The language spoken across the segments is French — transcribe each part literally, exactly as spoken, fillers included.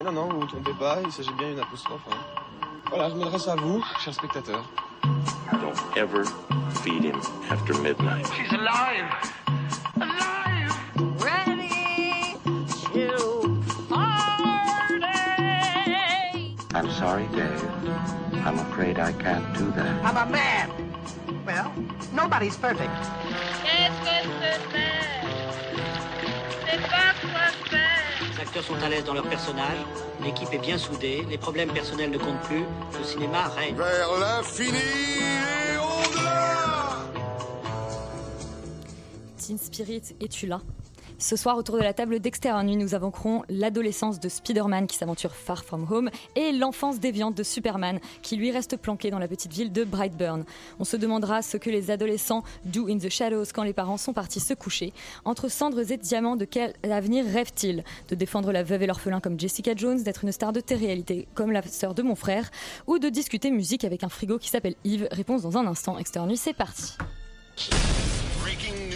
non, non, vous vous trompez pas, il s'agit bien d'une apostrophe. Hein. Voilà, je m'adresse à vous, chers spectateurs. Don't ever feed him after midnight. She's alive! Alive! Ready to party! I'm sorry, Dave. I'm afraid I can't do that. I'm a man! Well, nobody's perfect. Qu'est-ce que c'est? C'est pas quoi faire! Les acteurs sont à l'aise dans leur personnage, l'équipe est bien soudée, les problèmes personnels ne comptent plus, le cinéma règne. Vers l'infini et au-delà. Teen Spirit, es-tu là ? Ce soir, autour de la table d'Extérieur Nuit, nous évoquerons l'adolescence de Spider-Man qui s'aventure far from home et l'enfance déviante de Superman qui lui reste planqué dans la petite ville de Brightburn. On se demandera ce que les adolescents do in the shadows quand les parents sont partis se coucher. Entre cendres et diamants, de quel avenir rêvent-ils ? De défendre la veuve et l'orphelin comme Jessica Jones, d'être une star de télé-réalité comme la sœur de mon frère, ou de discuter musique avec un frigo qui s'appelle Yves ? Réponse dans un instant. Extérieur Nuit, c'est parti. Breaking news.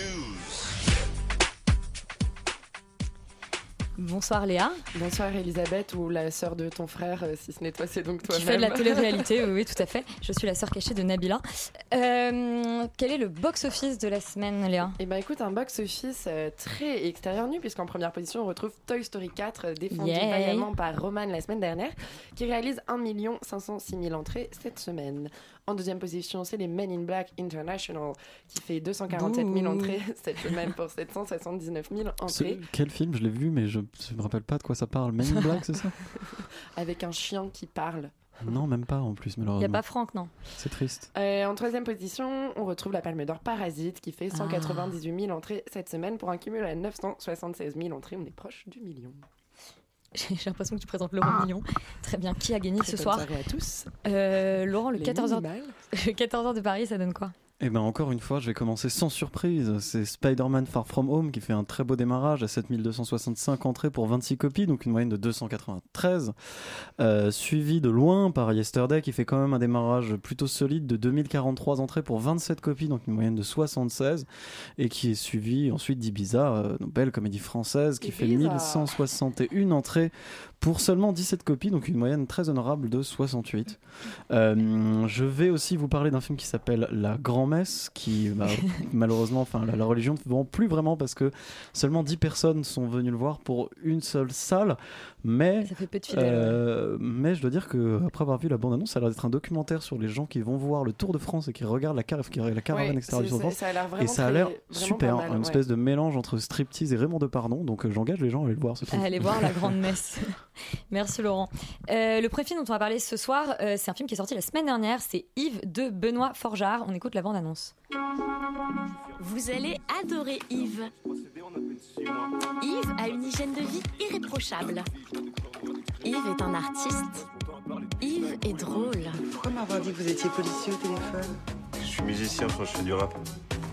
Bonsoir Léa. Bonsoir Elisabeth, ou la sœur de ton frère, si ce n'est toi, c'est donc toi-même. Qui fait de la télé-réalité, oui, oui, tout à fait. Je suis la sœur cachée de Nabila. Euh, quel est le box-office de la semaine, Léa ? Eh bien écoute, un box-office euh, très Extérieur Nuit, puisqu'en première position, on retrouve Toy Story quatre, euh, défendu Yay. vaillamment par Roman la semaine dernière, qui réalise un million cinq cent six mille entrées cette semaine. En deuxième position, c'est les Men in Black International, qui fait deux cent quarante-sept mille entrées cette semaine pour sept cent soixante-dix-neuf mille entrées. Ce, quel film ? Je l'ai vu, mais je ne me rappelle pas de quoi ça parle. Men in Black, c'est ça ? Avec un chien qui parle. Non, même pas en plus, malheureusement. Il n'y a pas Franck, non ? C'est triste. Euh, en troisième position, on retrouve la Palme d'Or Parasite, qui fait cent quatre-vingt-dix-huit mille entrées cette semaine pour un cumul à neuf cent soixante-seize mille entrées. On est proche du million. J'ai l'impression que tu présentes Laurent Million. Très bien. Qui a gagné Très ce bonne soir ? soirée à tous. Euh, Laurent, le Les quatorze heures... minimales. le quatorze heures de Paris, ça donne quoi ? Et bien encore une fois, je vais commencer sans surprise. C'est Spider-Man Far From Home qui fait un très beau démarrage à sept mille deux cent soixante-cinq entrées pour vingt-six copies, donc une moyenne de deux cent quatre-vingt-treize. Euh, suivi de loin par Yesterday qui fait quand même un démarrage plutôt solide de deux mille quarante-trois entrées pour vingt-sept copies, donc une moyenne de soixante-seize. Et qui est suivi ensuite d'Ibiza, euh, une belle comédie française qui Ibiza. fait mille cent soixante et une entrées pour seulement dix-sept copies, donc une moyenne très honorable de soixante-huit. Euh, je vais aussi vous parler d'un film qui s'appelle La Grand-Messe, qui bah, malheureusement, enfin la, la religion ne vend plus vraiment parce que seulement dix personnes sont venues le voir pour une seule salle. Mais, ça fait peu de fidèles, euh, ouais. mais je dois dire qu'après avoir vu la bande-annonce, ça a l'air d'être un documentaire sur les gens qui vont voir le Tour de France et qui regardent la, car- la caravane Ouais, extérieure du Tour de France. Ça a l'air vraiment et ça a très- l'air vraiment super, pas mal, une ouais. espèce de mélange entre striptease et Raymond Depardon. Donc euh, j'engage les gens à aller le voir. Ce truc. Allez voir La Grande Messe. Merci Laurent. Euh, le premier film dont on va parler ce soir, euh, c'est un film qui est sorti la semaine dernière. C'est Yves de Benoît Forjard. On écoute la bande-annonce. Vous allez adorer Yves. Yves a une hygiène de vie irréprochable. Yves est un artiste. Yves est drôle. Pourquoi m'avoir dit que vous étiez policier au téléphone ? Je suis musicien, je fais du rap.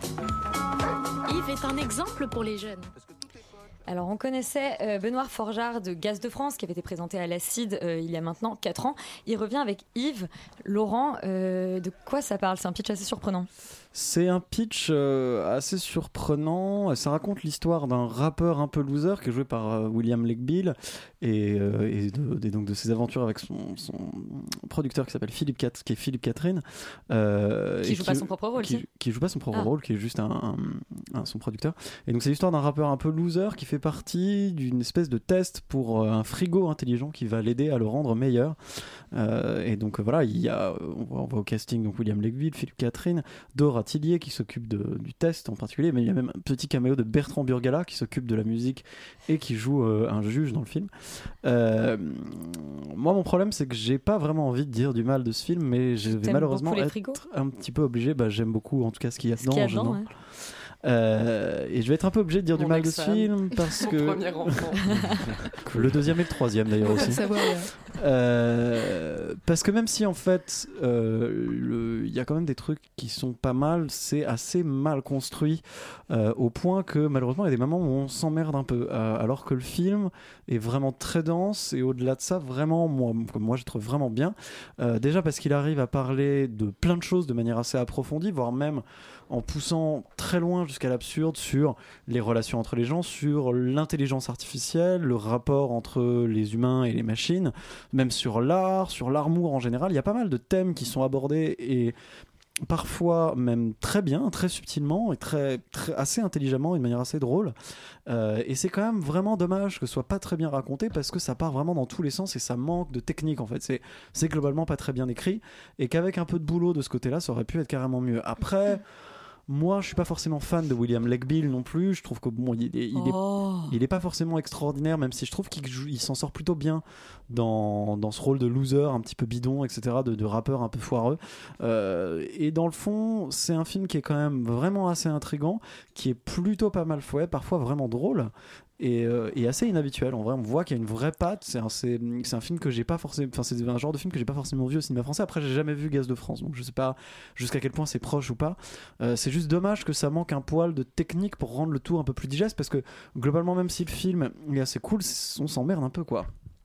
Yves est un exemple pour les jeunes. Alors on connaissait euh, Benoît Forjard de Gaz de France qui avait été présenté à l'Acide euh, il y a maintenant quatre ans. Il revient avec Yves. Laurent, euh, de quoi ça parle ? C'est un pitch assez surprenant. C'est un pitch euh, assez surprenant. Ça raconte l'histoire d'un rappeur un peu loser qui est joué par euh, William Legbill et, euh, et, de, et donc de ses aventures avec son, son producteur qui s'appelle Philippe Cat, qui est Philippe Catherine. Euh, qui et joue qui, pas son propre rôle. Qui, si qui joue pas son propre ah. rôle, qui est juste un, un, un, son producteur. Et donc c'est l'histoire d'un rappeur un peu loser qui fait partie d'une espèce de test pour euh, un frigo intelligent qui va l'aider à le rendre meilleur. Euh, et donc voilà, il y a, on voit, on voit au casting donc William Legbill, Philippe Catherine, Dora Tillier qui s'occupe de, du test en particulier, mais il y a même un petit caméo de Bertrand Burgala qui s'occupe de la musique et qui joue euh, un juge dans le film. Euh, moi, mon problème, c'est que j'ai pas vraiment envie de dire du mal de ce film, mais je vais T'aimes malheureusement les être frigos un petit peu obligé. Bah, j'aime beaucoup, en tout cas, ce qu'il y a Ce dedans. qu'il y a je- dedans, non. ouais. Euh, et je vais être un peu obligé de dire Mon du mal de ce ex-femme. film parce Mon que premier enfant. le deuxième et le troisième d'ailleurs aussi. Ça va, ouais. Euh, parce que même si en fait euh, le- il y a quand même des trucs qui sont pas mal, c'est assez mal construit euh, au point que malheureusement il y a des moments où on s'emmerde un peu euh, alors que le film est vraiment très dense et au-delà de ça vraiment moi, moi je trouve vraiment bien euh, déjà parce qu'il arrive à parler de plein de choses de manière assez approfondie voire même en poussant très loin jusqu'à l'absurde sur les relations entre les gens, sur l'intelligence artificielle, le rapport entre les humains et les machines, même sur l'art, sur l'amour en général. Il y a pas mal de thèmes qui sont abordés et parfois même très bien, très subtilement et très, très assez intelligemment et de manière assez drôle. Euh, et c'est quand même vraiment dommage que ce soit pas très bien raconté parce que ça part vraiment dans tous les sens et ça manque de technique en fait. C'est, c'est globalement pas très bien écrit et qu'avec un peu de boulot de ce côté-là, ça aurait pu être carrément mieux. Après, moi je suis pas forcément fan de William Lake Beale non plus. Je trouve que bon, il est, il est, Oh. il est pas forcément extraordinaire, même si je trouve qu'il joue- il s'en sort plutôt bien dans, dans ce rôle de loser un petit peu bidon, et cetera, de, de rappeur un peu foireux. Euh, et dans le fond, c'est un film qui est quand même vraiment assez intriguant, qui est plutôt pas mal fait, parfois vraiment drôle. Et, euh, et assez inhabituel. En vrai, on voit qu'il y a une vraie patte. C'est un, c'est, c'est un film que j'ai pas forcément. Enfin, c'est un genre de film que j'ai pas forcément vu au cinéma français. Après, j'ai jamais vu Gaz de France, donc je sais pas jusqu'à quel point c'est proche ou pas. Euh, c'est juste dommage que ça manque un poil de technique pour rendre le tout un peu plus digeste, parce que globalement, même si le film est assez cool, on s'emmerde un peu, quoi.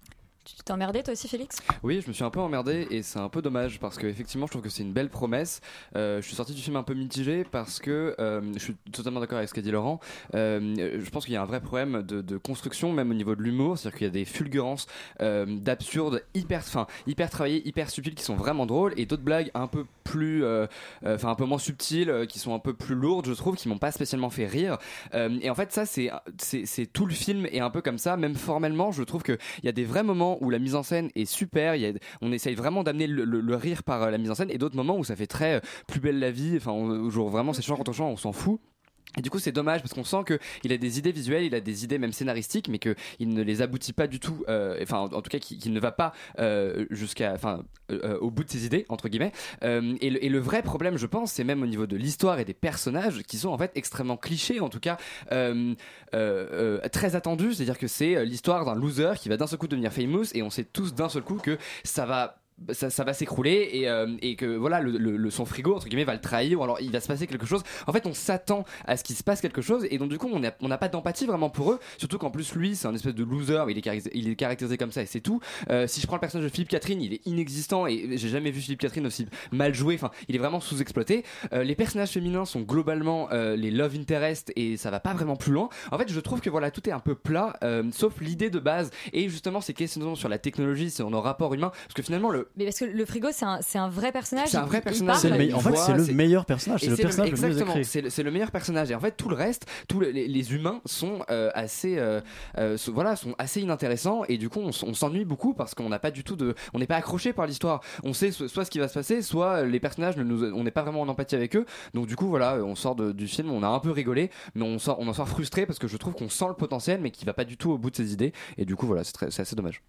Tu t'es emmerdé toi aussi, Félix? Oui, je me suis un peu emmerdé et c'est un peu dommage parce que effectivement, je trouve que c'est une belle promesse. Euh, je suis sorti du film un peu mitigé parce que euh, je suis totalement d'accord avec ce qu'a dit Laurent. Euh, je pense qu'il y a un vrai problème de, de construction, même au niveau de l'humour, c'est-à-dire qu'il y a des fulgurances euh, d'absurde hyper, enfin hyper travaillées, hyper subtiles qui sont vraiment drôles et d'autres blagues un peu plus, enfin euh, euh, un peu moins subtiles, euh, qui sont un peu plus lourdes, je trouve, qui m'ont pas spécialement fait rire. Euh, et en fait, ça, c'est, c'est, c'est tout le film est un peu comme ça, même formellement, je trouve que il y a des vrais moments où la mise en scène est super, il y a, on essaye vraiment d'amener le, le, le rire par euh, la mise en scène, et d'autres moments où ça fait très euh, plus belle la vie, enfin, on, genre vraiment c'est chant contre chant, on s'en fout. Et du coup c'est dommage parce qu'on sent qu'il a des idées visuelles, il a des idées même scénaristiques, mais qu'il ne les aboutit pas du tout, euh, enfin en, en tout cas qu'il, qu'il ne va pas euh, jusqu'à, enfin euh, au bout de ses idées entre guillemets. Euh, et, le, et le vrai problème, je pense, c'est même au niveau de l'histoire et des personnages qui sont en fait extrêmement clichés, en tout cas euh, euh, euh, très attendus. C'est-à-dire que c'est l'histoire d'un loser qui va d'un seul coup devenir famous, et on sait tous d'un seul coup que ça va Ça, ça va s'écrouler et, euh, et que voilà le, le, le, son frigo entre guillemets va le trahir, ou alors il va se passer quelque chose. En fait on s'attend à ce qu'il se passe quelque chose, et donc du coup on n'a on a pas d'empathie vraiment pour eux, surtout qu'en plus lui c'est un espèce de loser, il est, caractérisé, il est caractérisé comme ça et c'est tout. Euh, si je prends le personnage de Philippe Catherine, il est inexistant et j'ai jamais vu Philippe Catherine aussi mal joué, enfin il est vraiment sous-exploité. Euh, les personnages féminins sont globalement euh, les love interest et ça va pas vraiment plus loin. En fait je trouve que voilà tout est un peu plat, euh, sauf l'idée de base et justement ces questions sur la technologie, sur nos rapports humains, parce que finalement le Mais parce que le frigo, c'est un, c'est un vrai personnage. C'est un vrai il, personnage. Il C'est le parle, me- en fait, voit, c'est le c'est- meilleur personnage. C'est Et le c'est personnage le, mieux exactement, écrit. c'est le, c'est le meilleur personnage. Et en fait, tout le reste, tous les, les humains sont euh, assez, euh, euh, so- voilà, sont assez inintéressants. Et du coup, on, s- on s'ennuie beaucoup parce qu'on n'a pas du tout de, on n'est pas accroché par l'histoire. On sait so- soit ce qui va se passer, soit les personnages, ne nous, on n'est pas vraiment en empathie avec eux. Donc du coup, voilà, on sort de- du film, on a un peu rigolé, mais on sort, on en sort frustré parce que je trouve qu'on sent le potentiel, mais qui va pas du tout au bout de ses idées. Et du coup, voilà, c'est, très, c'est assez dommage.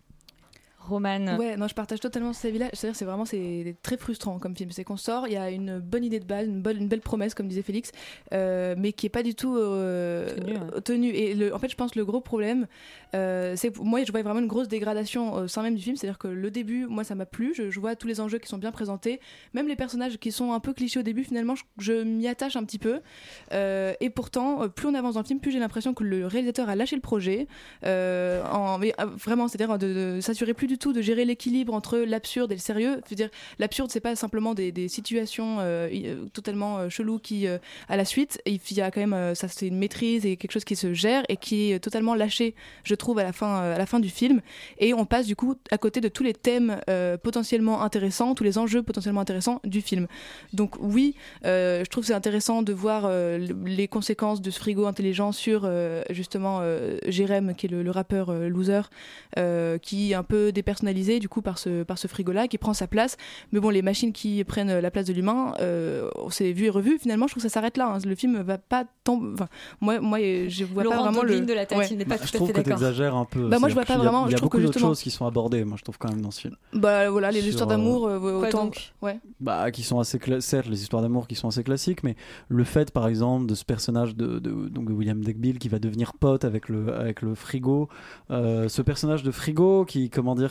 Roman. Ouais, non, je partage totalement cet avis-là. C'est-à-dire, c'est vraiment c'est très frustrant comme film. C'est qu'on sort, il y a une bonne idée de base, une, bonne, une belle promesse, comme disait Félix, euh, mais qui est pas du tout euh, Tenue, ouais. tenue. Et le, en fait, je pense que le gros problème, euh, c'est moi, je vois vraiment une grosse dégradation au sein même du film. C'est-à-dire que le début, moi, ça m'a plu. Je, je vois tous les enjeux qui sont bien présentés, même les personnages qui sont un peu clichés au début. Finalement, je, je m'y attache un petit peu. Euh, et pourtant, plus on avance dans le film, plus j'ai l'impression que le réalisateur a lâché le projet. Euh, en, mais, euh, vraiment, c'est-à-dire de, de s'assurer plus du tout de gérer l'équilibre entre l'absurde et le sérieux. Je veux dire, l'absurde, c'est pas simplement des, des situations euh, totalement euh, cheloues qui, euh, à la suite, il y a quand même, euh, ça c'est une maîtrise et quelque chose qui se gère et qui est totalement lâché, je trouve, à la fin, euh, à la fin du film. Et on passe du coup à côté de tous les thèmes euh, potentiellement intéressants, tous les enjeux potentiellement intéressants du film. Donc oui, euh, je trouve que c'est intéressant de voir euh, les conséquences de ce frigo intelligent sur euh, justement euh, Jérém, qui est le, le rappeur euh, loser, euh, qui est un peu dépersonnalisé du coup par ce, par ce frigo-là, qui prend sa place. Mais bon, les machines qui prennent la place de l'humain, euh, on s'est vu et revu. Finalement, je trouve que ça s'arrête là. Hein. Le film va pas tant... Enfin, moi, moi, je vois Laurent pas vraiment le... de la tête, ouais. il n'est pas Bah, tout je à trouve fait que d'accord. t'exagères un peu. Bah moi, je vois pas qu'il y a- vraiment. Il y a je trouve beaucoup que d'autres justement... choses qui sont abordées, moi je trouve quand même dans ce film. Bah voilà, les Sur, histoires d'amour, euh, Quoi autant... donc ouais. Bah, qui sont assez cla- certes les histoires d'amour qui sont assez classiques, mais le fait par exemple de ce personnage de, de, donc de William Deckbill qui va devenir pote avec le, avec le frigo, euh, ce personnage de frigo qui, comment dire,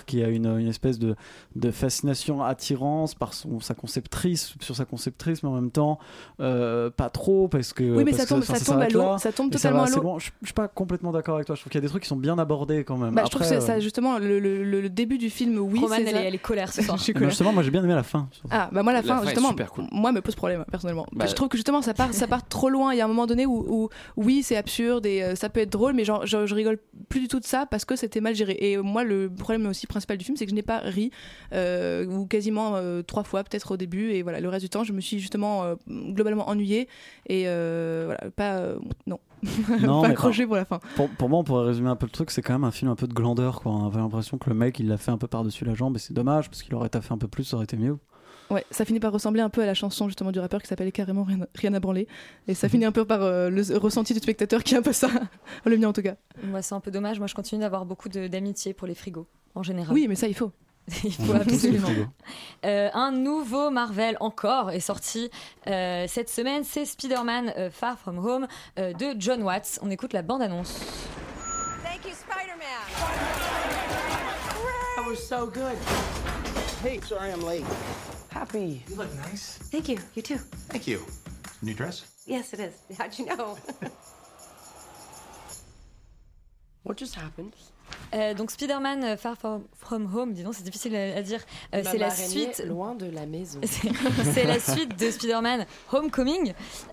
qui a une, une espèce de, de fascination, attirance par son, sa conceptrice, sur sa conceptrice, mais en même temps, euh, pas trop, parce que. Oui, mais parce ça tombe, que, ça ça tombe à l'eau, là, ça tombe et ça totalement va à assez l'eau. loin. Je, je suis pas complètement d'accord avec toi. Je trouve qu'il y a des trucs qui sont bien abordés quand même. Bah, Après, je trouve que ça, euh, ça, justement, le, le, le, le début du film, oui, Roman, c'est elle, ça. est- elle est colère ce soir. Je suis bah, colère. justement, moi j'ai bien aimé la fin. Ah bah moi la, La fin fin est justement super cool. moi me pose problème personnellement. Bah, je trouve que justement ça part ça part trop loin. Il y a un moment donné où, où oui c'est absurde et euh, ça peut être drôle mais genre je, je rigole plus du tout de ça parce que c'était mal géré. Et euh, moi le problème aussi principal du film c'est que je n'ai pas ri euh, ou quasiment euh, trois fois peut-être au début et voilà le reste du temps je me suis justement euh, globalement ennuyée et euh, voilà pas euh, non. Non, pas mais accroché enfin, pour la fin. Pour, pour moi, on pourrait résumer un peu le truc, c'est quand même un film un peu de glandeur, quoi. On avait l'impression que le mec, il l'a fait un peu par-dessus la jambe, et c'est dommage, parce qu'il aurait taffé un peu plus, ça aurait été mieux. Ouais, ça finit par ressembler un peu à la chanson justement du rappeur qui s'appelle carrément Rien, rien à branler. Et ça finit un peu par euh, le ressenti du spectateur qui est un peu ça, le mien en tout cas. Moi, c'est un peu dommage. Moi, je continue d'avoir beaucoup de- d'amitié pour les frigos, en général. Oui, mais ça il faut. Il faut absolument. Euh, un nouveau Marvel encore est sorti euh, cette semaine. C'est Spider-Man euh, Far From Home euh, de John Watts. On écoute la bande-annonce. Thank you, Spider-Man. That was so good. Hey, sorry I'm late. Happy. You look nice. Thank you. You too. Thank you. New dress? Yes, it is. How'd you know? What just happened? Euh, donc Spider-Man euh, Far From From Home, dis donc, c'est difficile à, à dire. Euh, c'est la suite. Loin de la maison. C'est c'est la suite de Spider-Man Homecoming.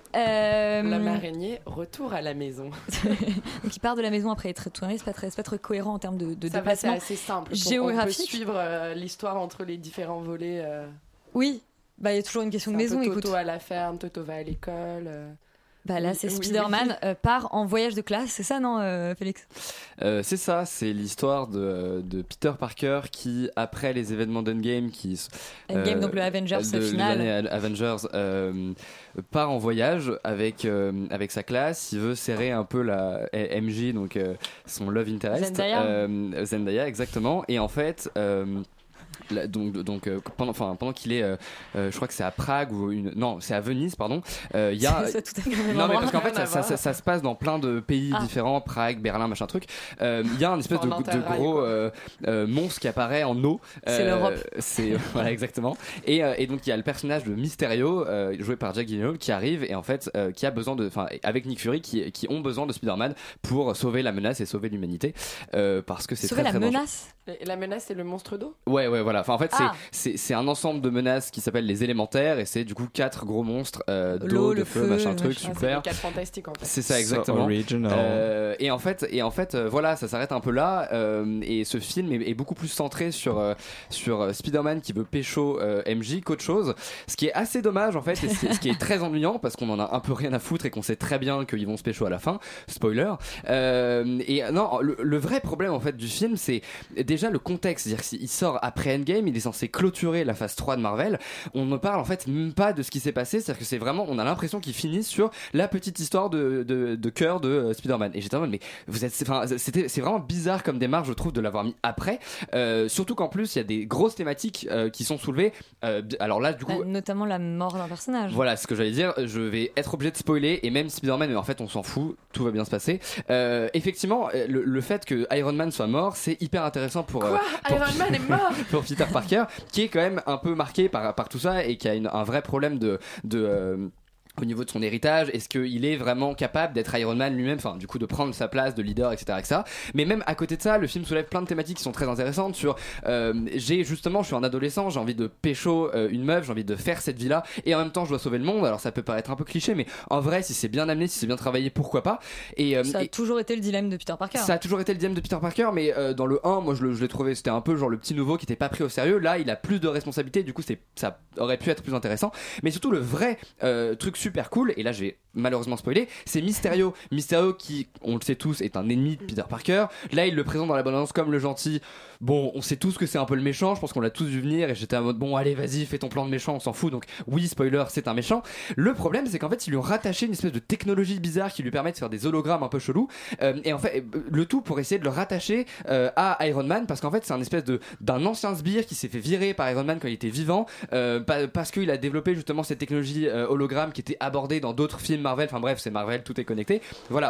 Euh, L'homme araignée, retour à la maison. Donc il part de la maison après être tourné, c'est pas très, c'est pas très cohérent en termes de, de Ça va, c'est déplacement assez simple. Pour- géographique. On peut suivre euh, l'histoire entre les différents volets. euh. Oui, bah il y a toujours une question de C'est un maison. peu Écoute, Toto à la ferme, Toto va à l'école. euh. bah là Oui, c'est oui, Spider-Man oui. euh, part en voyage de classe, c'est ça non, euh, Félix? Euh, c'est ça, c'est l'histoire de, de Peter Parker qui, après les événements d'Endgame, qui Endgame, donc le Avengers de, final. de l'année Avengers, euh, part en voyage avec euh, avec sa classe. Il veut serrer un peu la M J, donc euh, son love interest, Zendaya. Euh, Zendaya exactement. Et en fait. Euh, Là, donc, donc euh, pendant, enfin, pendant qu'il est, euh, euh, je crois que c'est à Prague ou une, non, c'est à Venise, pardon. Il euh, y a, C'est tout à fait le même non mais endroit. parce qu'en fait, Rien ça, à ça, voir. ça, ça se passe dans plein de pays Ah. différents, Prague, Berlin, machin truc. Il euh, y a un espèce En de, de interrail, gros quoi. euh, euh, monstre qui apparaît en eau. C'est l'Europe. C'est voilà exactement. Et, euh, et donc il y a le personnage de Mysterio, euh, joué par Jack Gyllenhaal, qui arrive et en fait euh, qui a besoin de, enfin avec Nick Fury, qui, qui ont besoin de Spider-Man pour sauver la menace et sauver l'humanité, euh, parce que c'est Sauver très la très dangereux. menace. Et la menace, c'est le monstre d'eau. Ouais, ouais, voilà. Enfin, en fait, Ah. c'est, c'est, c'est un ensemble de menaces qui s'appellent les élémentaires et c'est du coup quatre gros monstres euh, d'eau, L'eau, de le feu, feu, machin le truc, machin. Ah, c'est super. les quatre fantastiques en fait. C'est ça, exactement. original. Euh, et en fait, et en fait, euh, voilà, ça s'arrête un peu là. euh, et ce film est, est beaucoup plus centré sur euh, sur euh, Spider-Man qui veut pécho euh, M J qu'autre chose. Ce qui est assez dommage en fait, et ce, ce qui est très ennuyant parce qu'on en a un peu rien à foutre et qu'on sait très bien qu'ils vont se pécho à la fin. Spoiler. Euh, et non, le, le vrai problème en fait du film, c'est déjà le contexte. C'est-à-dire qu'il sort après Endgame, il est censé clôturer la phase trois de Marvel. On ne parle en fait même pas de ce qui s'est passé. C'est-à-dire que c'est vraiment, on a l'impression qu'il finit sur la petite histoire de de, de cœur de euh, Spider-Man. Et j'étais en mode mais vous êtes, enfin c'était, c'est vraiment bizarre comme démarche, je trouve, de l'avoir mis après. Euh, surtout qu'en plus il y a des grosses thématiques euh, qui sont soulevées. Euh, alors là du coup. Bah, notamment la mort d'un personnage. Voilà ce que j'allais dire, je vais être obligé de spoiler et même Spider-Man, mais en fait on s'en fout, tout va bien se passer. Euh, effectivement, le, le fait que Iron Man soit mort, c'est hyper intéressant pour, Quoi euh, pour, Iron Man est mort pour Peter Parker, qui est quand même un peu marqué par, par tout ça et qui a une, un vrai problème de... de euh, au niveau de son héritage, est-ce qu'il est vraiment capable d'être Iron Man lui-même, enfin du coup de prendre sa place de leader, et cetera, et cetera. Mais même à côté de ça, le film soulève plein de thématiques qui sont très intéressantes sur, euh, j'ai justement, je suis un adolescent, j'ai envie de pécho euh, une meuf, j'ai envie de faire cette vie-là, et en même temps je dois sauver le monde. Alors ça peut paraître un peu cliché, mais en vrai, si c'est bien amené, si c'est bien travaillé, pourquoi pas. Et, euh, Ça a et- toujours été le dilemme de Peter Parker. ça a toujours été le dilemme de Peter Parker, mais euh, dans le un, moi je, le- je l'ai trouvé, c'était un peu genre le petit nouveau qui était pas pris au sérieux. Là, il a plus de responsabilités, du coup, c'est, ça aurait pu être plus intéressant. Mais surtout, le vrai euh, truc super cool, et là, j'ai malheureusement spoilé, c'est Mysterio. Mysterio qui, on le sait tous, est un ennemi de Peter Parker. Là, il le présente dans la bande-annonce comme le gentil. Bon, on sait tous que c'est un peu le méchant, je pense qu'on l'a tous vu venir, et j'étais en mode, bon, allez, vas-y, fais ton plan de méchant, on s'en fout. Donc, oui, spoiler, c'est un méchant. Le problème, c'est qu'en fait, ils lui ont rattaché une espèce de technologie bizarre qui lui permet de faire des hologrammes un peu chelous. Euh, et en fait, euh, le tout pour essayer de le rattacher euh, à Iron Man, parce qu'en fait, c'est un espèce de d'un ancien sbire qui s'est fait virer par Iron Man quand il était vivant, euh, pa- parce qu'il a développé justement cette technologie euh, hologramme qui était abordée dans d'autres films Marvel. Enfin bref, c'est Marvel, tout est connecté. Voilà.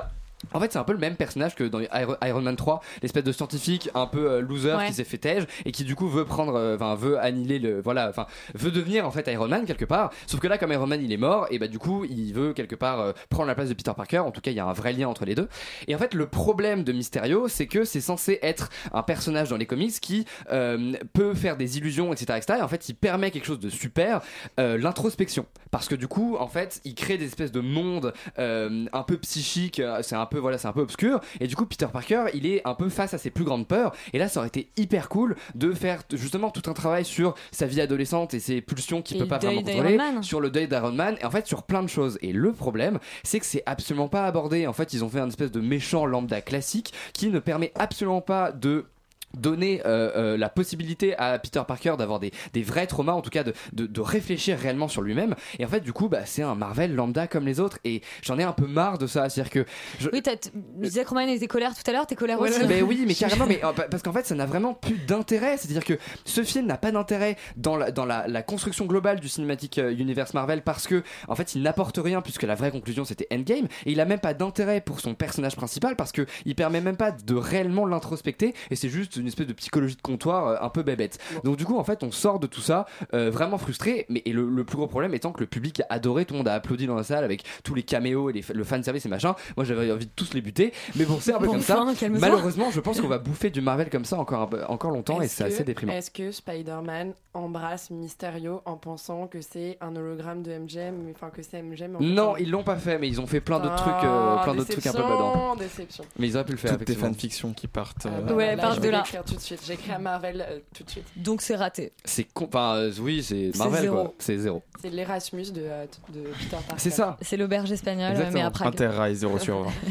En fait, c'est un peu le même personnage que dans Iron, Iron Man trois, l'espèce de scientifique un peu euh, loser Ouais. qui s'est fait tège et qui du coup veut prendre, enfin euh, veut annihiler le, voilà, enfin veut devenir en fait Iron Man quelque part. Sauf que là, comme Iron Man il est mort, et bah du coup il veut quelque part euh, prendre la place de Peter Parker. En tout cas, il y a un vrai lien entre les deux. Et en fait, le problème de Mysterio, c'est que c'est censé être un personnage dans les comics qui euh, peut faire des illusions, et cetera, et cetera. Et en fait, il permet quelque chose de super, euh, l'introspection, parce que du coup, en fait, il crée des espèces de mondes euh, un peu psychiques. C'est un peu voilà, c'est un peu obscur, et du coup Peter Parker il est un peu face à ses plus grandes peurs, et là ça aurait été hyper cool de faire t- justement tout un travail sur sa vie adolescente et ses pulsions qu'il Et peut le pas deuil vraiment d'Iron contrôler, Man. sur le deuil d'Iron Man, et en fait sur plein de choses. Et le problème c'est que c'est absolument pas abordé. En fait ils ont fait un espèce de méchant lambda classique qui ne permet absolument pas de donner euh, euh, la possibilité à Peter Parker d'avoir des, des vrais traumas, en tout cas de, de, de réfléchir réellement sur lui-même. Et en fait du coup bah, c'est un Marvel lambda comme les autres, et j'en ai un peu marre de ça. C'est-à-dire que je... Oui, t'as- je disais que Roman était colère tout à l'heure, t'es colère aussi. Mais oui, mais carrément, mais euh, parce qu'en fait, ça n'a vraiment plus d'intérêt. C'est-à-dire que ce film n'a pas d'intérêt dans la, dans la, la construction globale du Cinematic Universe Marvel, parce que en fait, il n'apporte rien, puisque la vraie conclusion c'était Endgame, et il a même pas d'intérêt pour son personnage principal, parce que il permet même pas de réellement l'introspecter, et c'est juste une espèce de psychologie de comptoir euh, un peu bébête. Donc du coup, en fait, on sort de tout ça euh, vraiment frustré. Mais et le, le plus gros problème étant que le public a adoré, tout le monde a applaudi dans la salle avec tous les caméos et les, le fan service et machin. Moi, j'avais envie de tous les buter. Mais bon, c'est un peu Bon comme sang, ça. calme-toi. Malheureusement, je pense qu'on va bouffer du Marvel comme ça encore un peu, encore longtemps, et Est-ce c'est que- assez déprimant. Est-ce que Spider-Man embrasse Mysterio en pensant que c'est un hologramme de M J M, enfin que c'est M J M en Non, fait, ils l'ont pas fait, mais ils ont fait plein d'autres Ah, trucs, euh, plein d'autres trucs un peu déception, badants. déception. Mais ils auraient pu le faire. Toutes tes effectivement. fanfictions qui partent. Ah euh, bah Ouais, là, part je de vais là. l'écrire tout de suite. J'écris à Marvel euh, tout de suite. Donc c'est raté. C'est con... enfin, euh, oui, c'est C'est Marvel zéro. quoi. C'est zéro. C'est l'Erasmus de, euh, de Peter Parker. C'est ça. C'est l'auberge espagnole, Exactement. mais à Prague. Interrail zéro sur vingt.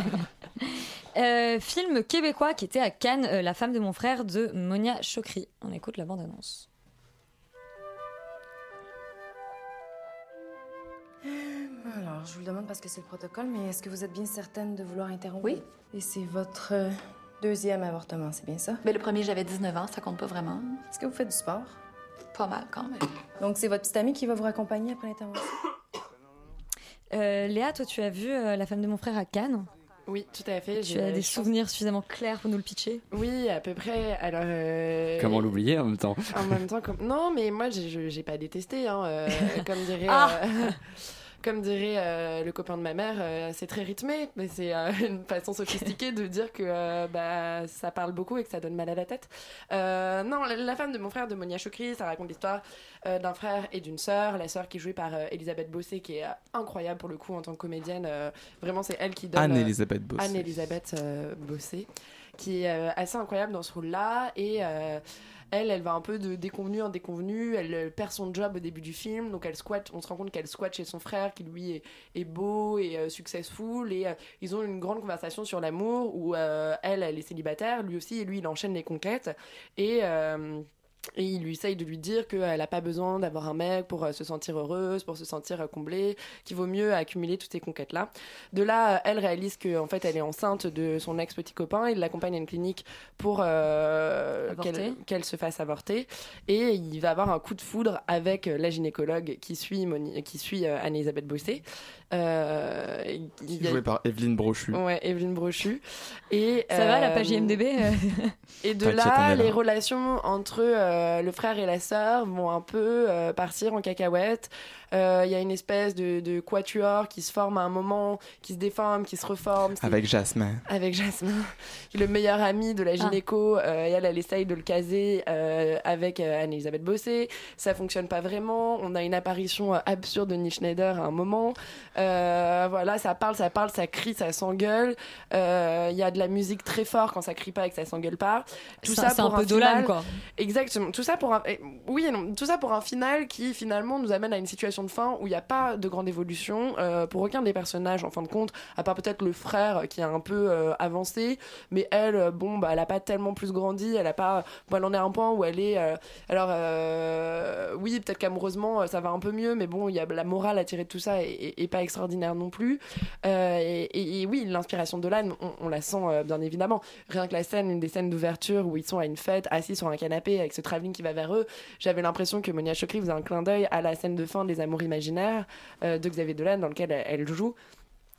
Euh, film québécois qui était à Cannes, euh, La femme de mon frère de Monia Chokri. On écoute la bande-annonce. Alors, je vous le demande parce que c'est le protocole, mais est-ce que vous êtes bien certaine de vouloir interrompre? Oui. Et c'est votre euh, deuxième avortement, c'est bien ça? Mais le premier, j'avais dix-neuf ans, ça compte pas vraiment. Est-ce que vous faites du sport? Pas mal quand même. Donc, c'est votre petite amie qui va vous raccompagner après l'intervention? Euh, Léa, toi tu as vu euh, La femme de mon frère à Cannes? Oui, tout à fait. Tu j'ai- as des je pense- souvenirs suffisamment clairs pour nous le pitcher? Oui, à peu près. Alors. euh, Comment l'oublier en même temps? En même temps, comme... non, mais moi, j'ai, je- j'ai pas détesté, hein, euh, comme dirait, Ah euh, comme dirait euh, le copain de ma mère, euh, c'est très rythmé, mais c'est euh, une façon sophistiquée de dire que euh, bah, ça parle beaucoup et que ça donne mal à la tête. Euh, non, la, la femme de mon frère, de Monia Chokri, ça raconte l'histoire euh, d'un frère et d'une sœur, la sœur qui est jouée par euh, Elisabeth Bossé, qui est euh, incroyable pour le coup en tant que comédienne. euh, vraiment, c'est elle qui donne... euh, Anne-Elisabeth Bossé. Anne-Elisabeth euh, Bossé, qui est euh, assez incroyable dans ce rôle-là, et euh, elle, elle va un peu de déconvenue en déconvenue, elle euh, perd son job au début du film, donc elle squatte, on se rend compte qu'elle squatte chez son frère, qui lui est, est beau et euh, successful, et euh, ils ont une grande conversation sur l'amour, où euh, elle, elle est célibataire, lui aussi, et lui, il enchaîne les conquêtes, et... euh, Et il lui essaye de lui dire qu'elle n'a pas besoin d'avoir un mec pour euh, se sentir heureuse, pour se sentir euh, comblée, qu'il vaut mieux accumuler toutes ces conquêtes-là. De là, euh, elle réalise qu'en fait, elle est enceinte de son ex-petit copain. Il l'accompagne à une clinique pour euh, Avorter. qu'elle, qu'elle se fasse avorter. Et il va avoir un coup de foudre avec euh, la gynécologue qui suit, Moni- qui suit euh, Anne-Elisabeth Bossé. Euh, il y a- Joué par Evelyne Brochu. Ouais, Evelyne Brochu. Et, Ça va, la page euh, I M D B euh Et de T'inquiète, on là, est là. les relations entre euh, le frère et la sœur vont un peu euh, partir en cacahuète. Euh, Il y a une espèce de, de quatuor qui se forme à un moment, qui se déforme, qui se reforme. C'est- Avec Jasmin. Avec Jasmin, qui est le meilleur ami de la gynéco. Euh, et elle, elle essaye de le caser euh, avec euh, Anne-Elisabeth Bossé. Ça fonctionne pas vraiment. On a une apparition euh, absurde de Nick Schneider à un moment. Euh, voilà, ça parle, ça parle, ça crie, ça s'engueule. Euh, Il y a de la musique très fort quand ça crie pas et que ça s'engueule pas. Tout C'est- ça c'est pour un peu final... Dolan, quoi. Exactement. Tout ça pour un... eh, oui et non. Tout ça pour un final qui finalement nous amène à une situation de fin où il n'y a pas de grande évolution euh, pour aucun des personnages en fin de compte, à part peut-être le frère qui a un peu euh, avancé, mais elle, euh, bon, bah, elle a pas tellement plus grandi, elle a pas, bon, elle en est à un point où elle est, euh, alors euh, oui, peut-être qu'amoureusement euh, ça va un peu mieux, mais bon, il y a la morale à tirer de tout ça et, et, et pas extraordinaire non plus. Euh, et, et, et oui, l'inspiration de Lan, on, on la sent euh, bien évidemment. Rien que la scène, une des scènes d'ouverture où ils sont à une fête, assis sur un canapé avec ce travelling qui va vers eux, j'avais l'impression que Monia Chokri faisait un clin d'œil à la scène de fin des Amours imaginaires euh, de Xavier Dolan dans lequel elle, elle joue.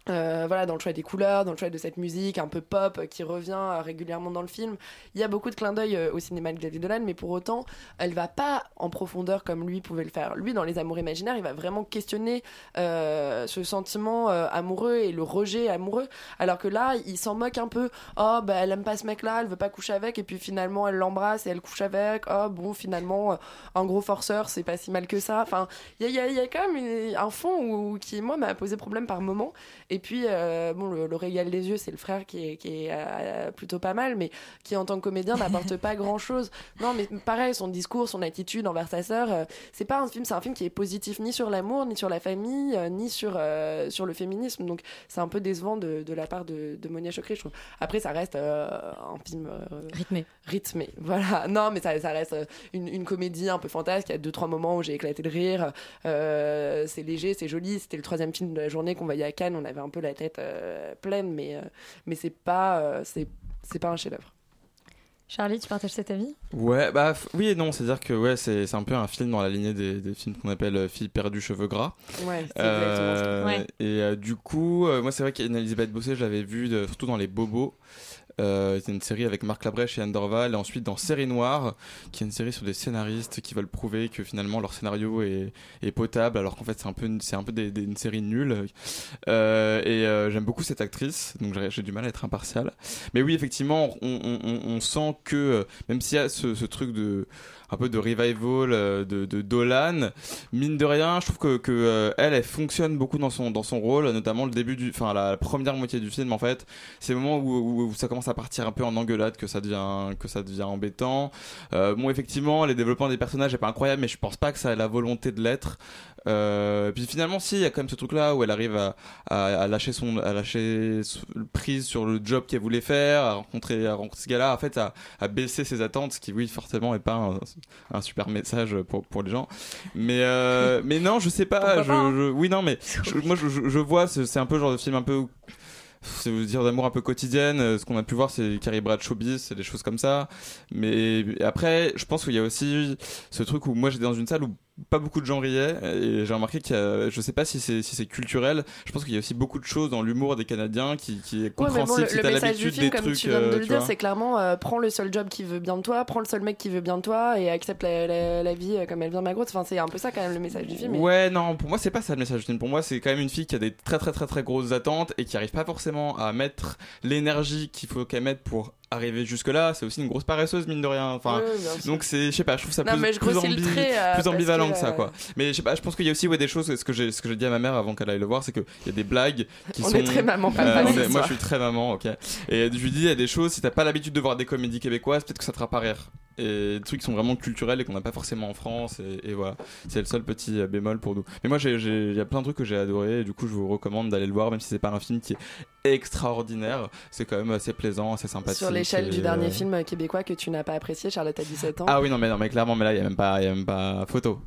Euh, voilà, dans le choix des couleurs, dans le choix de cette musique un peu pop euh, qui revient euh, régulièrement dans le film. Il y a beaucoup de clins d'œil euh, au cinéma de Xavier Dolan, mais pour autant, elle va pas en profondeur comme lui pouvait le faire. Lui, dans Les Amours imaginaires, il va vraiment questionner euh, ce sentiment euh, amoureux et le rejet amoureux, alors que là, il s'en moque un peu. Oh, bah, elle aime pas ce mec-là, elle veut pas coucher avec, et puis finalement, elle l'embrasse et elle couche avec. Oh, bon, finalement, euh, un gros forceur, c'est pas si mal que ça. Enfin, il y, y, y a quand même une, un fond où, qui, moi, m'a posé problème par moment. Et puis, euh, bon, le, le régal des yeux, c'est le frère qui est, qui est euh, plutôt pas mal, mais qui, en tant que comédien, n'apporte pas grand-chose. Non, mais pareil, son discours, son attitude envers sa sœur, euh, c'est pas un film, c'est un film qui est positif ni sur l'amour, ni sur la famille, euh, ni sur, euh, sur le féminisme. Donc, c'est un peu décevant de, de la part de, de Monia Chokri, je trouve. Après, ça reste euh, un film... Euh, rythmé. Rythmé, voilà. Non, mais ça, ça reste une, une comédie un peu fantasque. Il y a deux, trois moments où j'ai éclaté de rire. Euh, c'est léger, c'est joli. C'était le troisième film de la journée qu'on voyait à Cannes. On avait un peu la tête euh, pleine, mais, euh, mais c'est pas, euh, c'est, c'est pas un chef-d'œuvre. Charlie, tu partages cet avis ? Ouais, bah f- oui et non, c'est-à-dire que ouais, c'est, c'est un peu un film dans la lignée des, des films qu'on appelle euh, Filles perdues, cheveux gras. Ouais, c'est euh, exactement ça. Ouais. Et euh, du coup, euh, moi c'est vrai qu'Anne-Elisabeth Bossé, je l'avais vue de, surtout dans Les Bobos. Euh, c'est une série avec Marc Labrèche et Anne Dorval, et ensuite dans Série Noire, qui est une série sur des scénaristes qui veulent prouver que finalement leur scénario est, est potable, alors qu'en fait c'est un peu une, c'est un peu des, des, une série nulle. Euh, et euh, j'aime beaucoup cette actrice, donc j'ai, j'ai du mal à être impartial. Mais oui, effectivement, on, on, on, on sent que même s'il y a ce, ce truc de un peu de revival de, de Dolan, mine de rien, je trouve que, que euh, elle, elle fonctionne beaucoup dans son dans son rôle, notamment le début du, enfin la, la première moitié du film en fait, c'est le moment où, où, où ça commence à partir un peu en engueulade que ça devient que ça devient embêtant. Euh, bon, effectivement, les développements des personnages est pas incroyable, mais je pense pas que ça ait la volonté de l'être. Euh, puis finalement, si, il y a quand même ce truc-là où elle arrive à, à, à lâcher son, à lâcher prise sur le job qu'elle voulait faire, à rencontrer, à rencontrer ce gars-là, en fait, à, à baisser ses attentes, ce qui, oui, forcément, est pas un, un super message pour, pour les gens. Mais, euh, mais non, je sais pas, je, je, oui, non, mais je, moi, je, je vois, c'est, c'est un peu le genre de film un peu, c'est dire d'amour un peu quotidienne. Ce qu'on a pu voir, c'est Carrie Bradshaw bis, c'est des choses comme ça. Mais après, je pense qu'il y a aussi ce truc où moi j'étais dans une salle où pas beaucoup de gens riaient, et j'ai remarqué qu'il y a, je sais pas si c'est, si c'est culturel, je pense qu'il y a aussi beaucoup de choses dans l'humour des Canadiens qui, qui est compréhensible. Ouais, bon, le, si t'as l'habitude film, des comme trucs, tu viens de euh, le dire, vois. C'est clairement euh, prends le seul job qui veut bien de toi, prends le seul mec qui veut bien de toi et accepte la, la, la vie comme elle vient de ma grotte. Enfin, c'est un peu ça quand même le message du film. Et... Ouais, non, pour moi c'est pas ça le message du film. Pour moi c'est quand même une fille qui a des très très très très grosses attentes et qui arrive pas forcément à mettre l'énergie qu'il faut qu'elle mette pour arriver jusque là. C'est aussi une grosse paresseuse mine de rien, enfin oui, donc c'est, je sais pas, je trouve ça non, plus, plus, ambi- trait, euh, plus ambivalent que, que ça quoi. Mais je sais pas, je pense qu'il y a aussi ouais, des choses, ce que j'ai ce que j'ai dit à ma mère avant qu'elle aille le voir, c'est qu'il y a des blagues qui on sont est très maman pas euh, est, moi je suis très maman, ok, et je lui dis il y a des choses, si t'as pas l'habitude de voir des comédies québécoises, peut-être que ça te fera pas rire, et des trucs qui sont vraiment culturels et qu'on n'a pas forcément en France, et, et voilà, c'est le seul petit bémol pour nous. Mais moi j'ai j'ai il y a plein de trucs que j'ai adoré, et du coup je vous recommande d'aller le voir, même si c'est pas un film qui est extraordinaire, c'est quand même assez plaisant, assez sympathique. Sur l'échelle et, du dernier euh... film québécois que tu n'as pas apprécié, Charlotte a dix-sept ans. Ah oui non mais non mais clairement, mais là il y a même pas il y a même pas photo.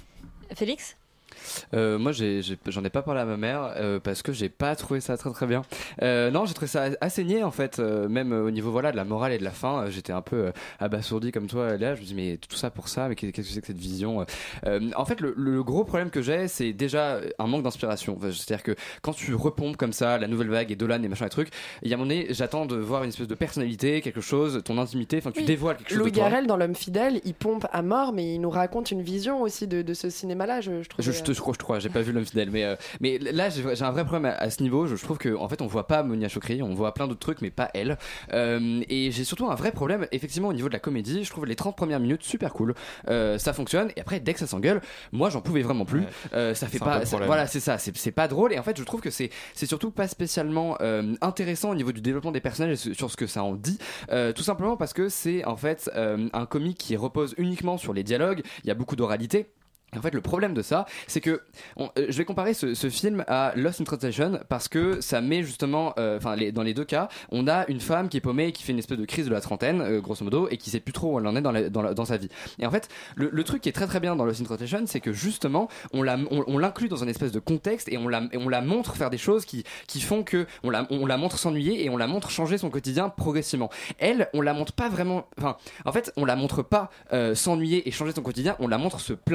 Félix? Euh, moi j'ai, j'ai, j'en ai pas parlé à ma mère euh, parce que j'ai pas trouvé ça très très bien. Euh, non, j'ai trouvé ça assez niais en fait, euh, même au niveau voilà de la morale et de la fin. Euh, j'étais un peu euh, abasourdi comme toi Léa. Je me dis mais tout ça pour ça, mais qu'est-ce que c'est que cette vision euh, En fait le, le gros problème que j'ai, c'est déjà un manque d'inspiration. Enfin, c'est-à-dire que quand tu repompes comme ça la nouvelle vague et Dolan et machin et trucs, il y a un moment donné j'attends de voir une espèce de personnalité, quelque chose, ton intimité, enfin tu oui. dévoiles quelque chose Louis de toi. Louis Garrel dans L'Homme fidèle, il pompe à mort, mais il nous raconte une vision aussi de, de ce cinéma-là. Je, je, trouvais, je, je te crois, je crois, j'ai pas vu L'Homme fidèle, mais euh, mais là j'ai, j'ai un vrai problème à, à ce niveau. Je, je trouve que en fait on voit pas Monia Chokri, on voit plein d'autres trucs, mais pas elle. Euh, et j'ai surtout un vrai problème effectivement au niveau de la comédie. Je trouve les trente premières minutes super cool, euh, ça fonctionne. Et après dès que ça s'engueule, moi j'en pouvais vraiment plus. Ouais. Euh, ça fait c'est pas, ça, voilà c'est ça, c'est, c'est pas drôle. Et en fait je trouve que c'est c'est surtout pas spécialement euh, intéressant au niveau du développement des personnages et sur ce que ça en dit. Euh, tout simplement parce que c'est en fait euh, un comique qui repose uniquement sur les dialogues. Il y a beaucoup d'oralité. Et en fait, le problème de ça, c'est que on, euh, je vais comparer ce, ce film à Lost in Translation parce que ça met justement, enfin, euh, dans les deux cas, on a une femme qui est paumée et qui fait une espèce de crise de la trentaine, euh, grosso modo, et qui sait plus trop où elle en est dans, la, dans, la, dans sa vie. Et en fait, le, le truc qui est très très bien dans Lost in Translation, c'est que justement, on, la, on, on l'inclut dans un espèce de contexte et on la, et on la montre faire des choses qui, qui font que on la, on la montre s'ennuyer et on la montre changer son quotidien progressivement. Elle, on la montre pas vraiment, enfin, en fait, on la montre pas euh, s'ennuyer et changer son quotidien, on la montre se plaindre. Et ça,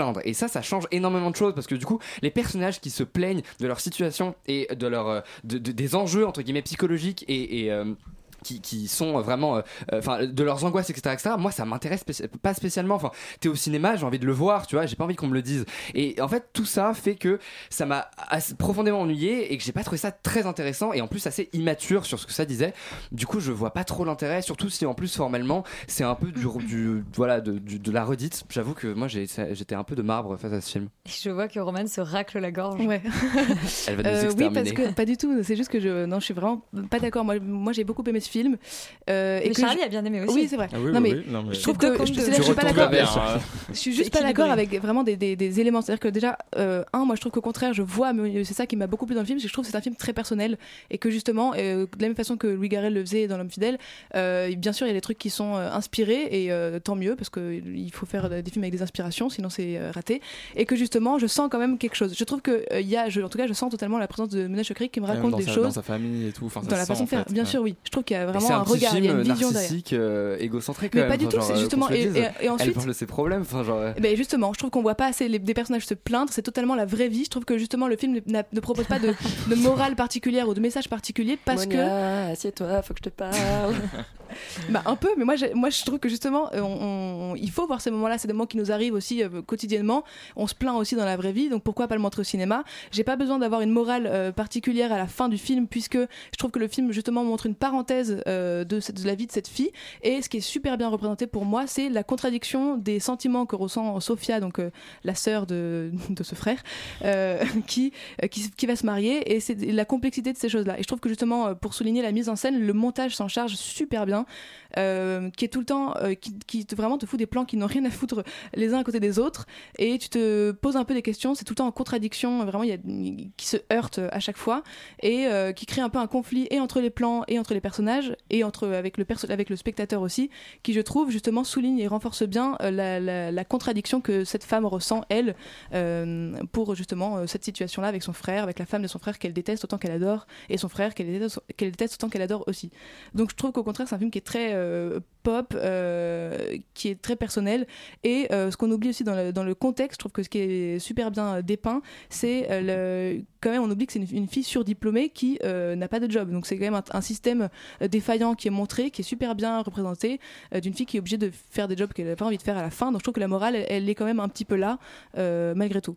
ça, ça change énormément de choses parce que du coup, les personnages qui se plaignent de leur situation et de leur, euh, de, de, des enjeux entre guillemets psychologiques et, et euh, Qui, qui sont vraiment enfin euh, euh, de leurs angoisses etc etc moi ça m'intéresse spéci- pas spécialement enfin t'es au cinéma j'ai envie de le voir tu vois j'ai pas envie qu'on me le dise et en fait tout ça fait que ça m'a assez, profondément ennuyé et que j'ai pas trouvé ça très intéressant et en plus assez immature sur ce que ça disait du coup je vois pas trop l'intérêt surtout si en plus formellement c'est un peu du, du voilà de, du, de la redite j'avoue que moi j'ai, j'étais un peu de marbre face à ce film. Je vois que Romane se racle la gorge. Ouais. Elle va nous euh, exterminer. Oui parce que pas du tout c'est juste que je non je suis vraiment pas d'accord moi moi j'ai beaucoup aimé ce film. Euh, mais et Charlie je... a bien aimé aussi. Oui, c'est vrai. Ah oui, non, oui, mais oui, non, mais je trouve que je, je, je, je suis pas d'accord. Vers, je suis juste pas d'accord avec vraiment des, des, des éléments. C'est-à-dire que déjà, euh, un, moi je trouve qu'au contraire, je vois, mais c'est ça qui m'a beaucoup plu dans le film, c'est que je trouve que c'est un film très personnel et que justement, euh, de la même façon que Louis Garrel le faisait dans L'Homme fidèle, euh, bien sûr, il y a des trucs qui sont euh, inspirés et euh, tant mieux parce qu'il faut faire des films avec des inspirations, sinon c'est euh, raté. Et que justement, je sens quand même quelque chose. Je trouve que il euh, y a, je, en tout cas, je sens totalement la présence de Mena Chokri qui me raconte des sa, choses dans sa famille et tout. Enfin, dans la façon de faire. Bien ouais. sûr, oui. Je trouve qu'il y a vraiment un, un regard, il y a une vision derrière. Euh, égocentré quand mais même. pas du tout, genre, c'est justement et, et, et ensuite elle parle de ses problèmes enfin genre euh... ben justement je trouve qu'on voit pas assez les, des personnages se plaindre c'est totalement la vraie vie je trouve que justement le film ne, ne propose pas de, de morale particulière ou de message particulier parce Monia, que assieds-toi faut que je te parle. bah un peu mais moi, moi je trouve que justement on, on, il faut voir ces moments là c'est des moments qui nous arrivent aussi euh, quotidiennement on se plaint aussi dans la vraie vie donc pourquoi pas le montrer au cinéma j'ai pas besoin d'avoir une morale euh, particulière à la fin du film puisque je trouve que le film justement montre une parenthèse euh, de, de la vie de cette fille et ce qui est super bien représenté pour moi c'est la contradiction des sentiments que ressent Sophia donc euh, la sœur de, de ce frère euh, qui, euh, qui, qui va se marier et c'est la complexité de ces choses là et je trouve que justement pour souligner la mise en scène le montage s'en charge super bien euh, qui est tout le temps euh, qui, qui te, vraiment te fout des plans qui n'ont rien à foutre les uns à côté des autres et tu te poses un peu des questions c'est tout le temps en contradiction vraiment il y a, qui se heurtent à chaque fois et euh, qui crée un peu un conflit et entre les plans et entre les personnages et entre, avec, le perso- avec le spectateur aussi qui je trouve justement souligne et renforce bien euh, la, la, la contradiction que cette femme ressent elle euh, pour justement euh, cette situation là avec son frère avec la femme de son frère qu'elle déteste autant qu'elle adore et son frère qu'elle déteste, qu'elle déteste autant qu'elle adore aussi donc je trouve qu'au contraire c'est un film qui est très euh, pop euh, qui est très personnel et euh, ce qu'on oublie aussi dans le, dans le contexte je trouve que ce qui est super bien dépeint c'est euh, le, quand même on oublie que c'est une, une fille surdiplômée qui euh, n'a pas de job donc c'est quand même un, un système défaillant qui est montré qui est super bien représenté euh, d'une fille qui est obligée de faire des jobs qu'elle n'a pas envie de faire à la fin donc je trouve que la morale elle, elle est quand même un petit peu là euh, malgré tout.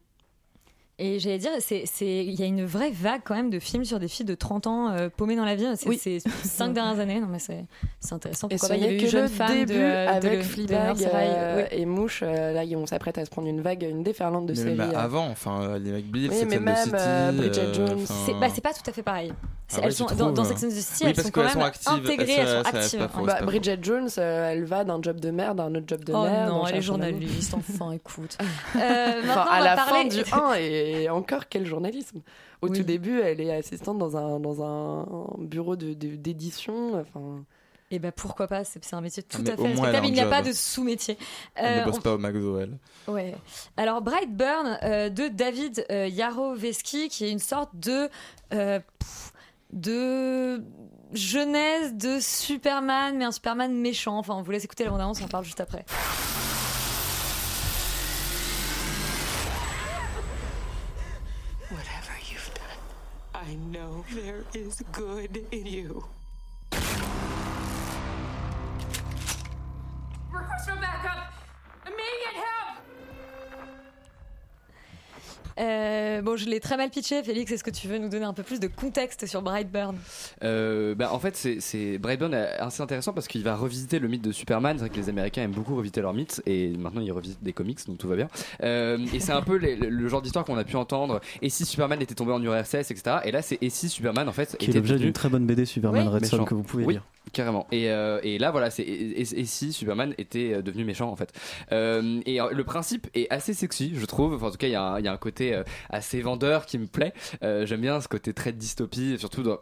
Et j'allais dire, c'est, c'est, il y a une vraie vague quand même de films sur des filles de trente ans euh, paumées dans la vie. C'est, oui. c'est cinq dernières années. Non mais c'est, c'est intéressant. Et Pourquoi ce pas, il y a n'est eu que une jeune le femme début de, de, avec de, Fleabag de euh, ouais. et Mouche. Euh, là, on s'apprête à se prendre une vague, une déferlante de mais séries. même euh. avant, enfin, Ali McBeal, Oui, Sex mais and the même, City, euh, Bridget Jones. enfin- C'est, bah, c'est pas tout à fait pareil. C'est- Ah ouais, elles sont, tu dans, trouves, dans hein. Sex and the City, Oui, elles parce sont qu'elles quand sont même actives. intégrées, Ça, elles sont ça, c'est actives. pas faux. Ouais. Bah, Bridget Jones, euh, elle va d'un job de merde à un autre job de Oh merde. non, en elle est cherchant d'amour. journaliste, enfin, écoute. Euh, Enfin, maintenant, à on va la parler... fin du un, et encore quel journalisme. Au Oui. tout début, elle est assistante dans un, dans un bureau de, de- d'édition. Enfin... Et bah pourquoi pas, c'est, c'est un métier tout Ah, mais à au fait moins, elle a respectable, un il n'y a job. pas de sous-métier. Elle Euh, ne bosse on- pas au McDo, elle. Ouais. Alors Brightburn euh, de David euh, Yaroveski, qui est une sorte de euh, pff, de jeunesse de Superman, mais un Superman méchant. Enfin, on vous laisse écouter la bande-annonce, on en parle juste après. Whatever you've done, I know there is good in you. Request for backup! Immediate help! Euh, bon, je l'ai très mal pitché, Félix. Est-ce que tu veux nous donner un peu plus de contexte sur Brightburn ? Euh, bah, en fait, c'est, c'est Brightburn est assez intéressant parce qu'il va revisiter le mythe de Superman. C'est vrai que les Américains aiment beaucoup revisiter leur mythe et maintenant ils revisitent des comics, donc tout va bien. Euh, et c'est un peu les, le, le genre d'histoire qu'on a pu entendre. Et si Superman était tombé en U R S S, et cetera. Et là, c'est et si Superman en fait Qui est était l'objet devenu d'une très bonne B D Superman Oui. Red Son méchant. que vous pouvez Oui. lire. Carrément. Et, euh, et là, voilà, c'est et, et- et si Superman était euh, devenu méchant en fait. Euh, et euh, le principe est assez sexy, je trouve. Enfin, en tout cas, il y, a un- il y a un côté euh, assez vendeur qui me plaît. Euh, j'aime bien ce côté très de dystopie, surtout dans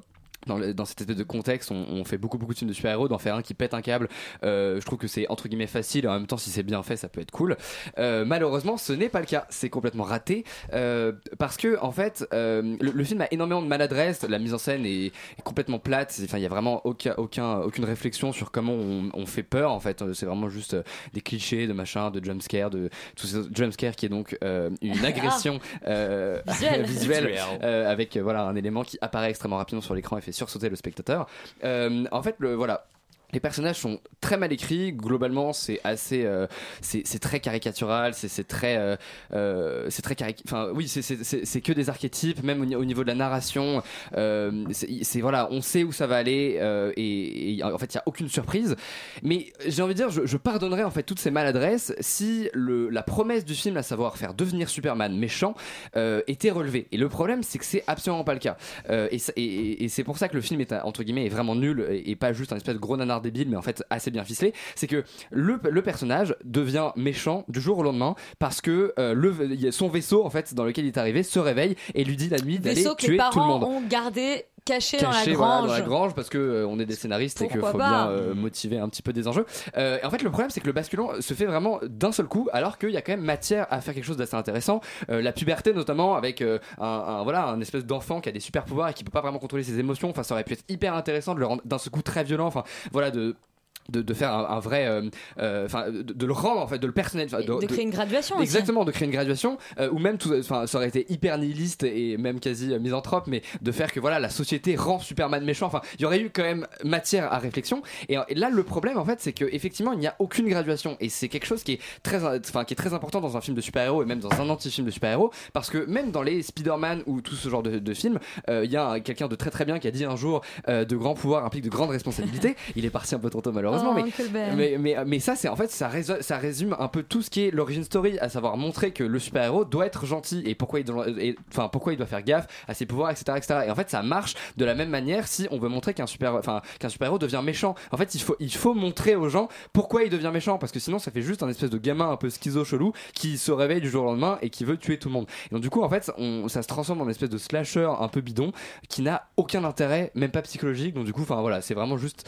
Dans, le, dans cette espèce de contexte, on, on fait beaucoup beaucoup de films de super-héros. D'en faire un qui pète un câble, euh, je trouve que c'est entre guillemets facile. En même temps, si c'est bien fait, ça peut être cool. Euh, malheureusement, ce n'est pas le cas. C'est complètement raté euh, parce que en fait, euh, le, le film a énormément de maladresse. La mise en scène est, est complètement plate. Enfin, il y a vraiment aucun, aucun, aucune réflexion sur comment on, on fait peur. En fait, c'est vraiment juste des clichés de machin, de jumpscare, de tout ce jumpscare qui est donc euh, une agression euh, Visuelle, visuelle euh, avec euh, voilà un élément qui apparaît extrêmement rapidement sur l'écran et fait sursauter le spectateur. Euh, en fait, le, voilà. Les personnages sont très mal écrits. Globalement, c'est assez, euh, c'est, c'est très caricatural. C'est, c'est très, euh, euh, c'est très caric... Enfin, oui, c'est, c'est, c'est, c'est que des archétypes. Même au, au niveau de la narration, euh, c'est, c'est voilà, on sait où ça va aller euh, et, et en fait, il y a aucune surprise. Mais j'ai envie de dire, je, je pardonnerais en fait toutes ces maladresses si le, la promesse du film, à savoir faire devenir Superman méchant, euh, était relevée. Et le problème, c'est que c'est absolument pas le cas. Euh, et, et, et c'est pour ça que le film est entre guillemets est vraiment nul et, et pas juste un espèce de gros nanar débile, mais en fait assez bien ficelé. C'est que le, le personnage devient méchant du jour au lendemain parce que euh, le, son vaisseau en fait dans lequel il est arrivé se réveille et lui dit la nuit d'aller vaisseau que tuer les tout le parents monde. ont gardé caché, caché dans la voilà, grange. dans la grange parce que euh, on est des scénaristes et qu'il faut pas. bien euh, motiver un petit peu des enjeux. Euh, et en fait le problème c'est que le basculant se fait vraiment d'un seul coup alors qu'il y a quand même matière à faire quelque chose d'assez intéressant. Euh, la puberté notamment avec euh, un, un voilà un espèce d'enfant qui a des super pouvoirs et qui peut pas vraiment contrôler ses émotions. Enfin ça aurait pu être hyper intéressant de le rendre d'un seul coup très violent. Enfin voilà de De, de faire un, un vrai enfin euh, euh, de, de le rendre en fait de le personnaliser de, de créer une graduation exactement aussi. de créer une graduation euh, ou même enfin ça aurait été hyper nihiliste et même quasi euh, misanthrope mais de faire que voilà la société rend Superman méchant. Enfin il y aurait eu quand même matière à réflexion et, et là le problème en fait c'est que effectivement il n'y a aucune graduation et c'est quelque chose qui est très enfin qui est très important dans un film de super-héros et même dans un anti-film de super-héros parce que même dans les Spider-Man ou tout ce genre de, de films il euh, y a quelqu'un de très très bien qui a dit un jour euh, de grands pouvoirs impliquent de grandes responsabilités. Il est parti un peu trop tôt malheureusement. Oh, mais, mais, mais, mais ça c'est en fait ça résume, ça résume un peu tout ce qui est l'origin story, à savoir montrer que le super-héros doit être gentil et pourquoi il doit, et, enfin, pourquoi il doit faire gaffe à ses pouvoirs etc, etc. Et en fait ça marche de la même manière si on veut montrer qu'un super enfin qu'un super-héros devient méchant. En fait il faut, il faut montrer aux gens pourquoi il devient méchant parce que sinon ça fait juste un espèce de gamin un peu schizo chelou qui se réveille du jour au lendemain et qui veut tuer tout le monde. Et donc du coup en fait on, ça se transforme en une espèce de slasher un peu bidon qui n'a aucun intérêt même pas psychologique. Donc du coup enfin voilà c'est vraiment juste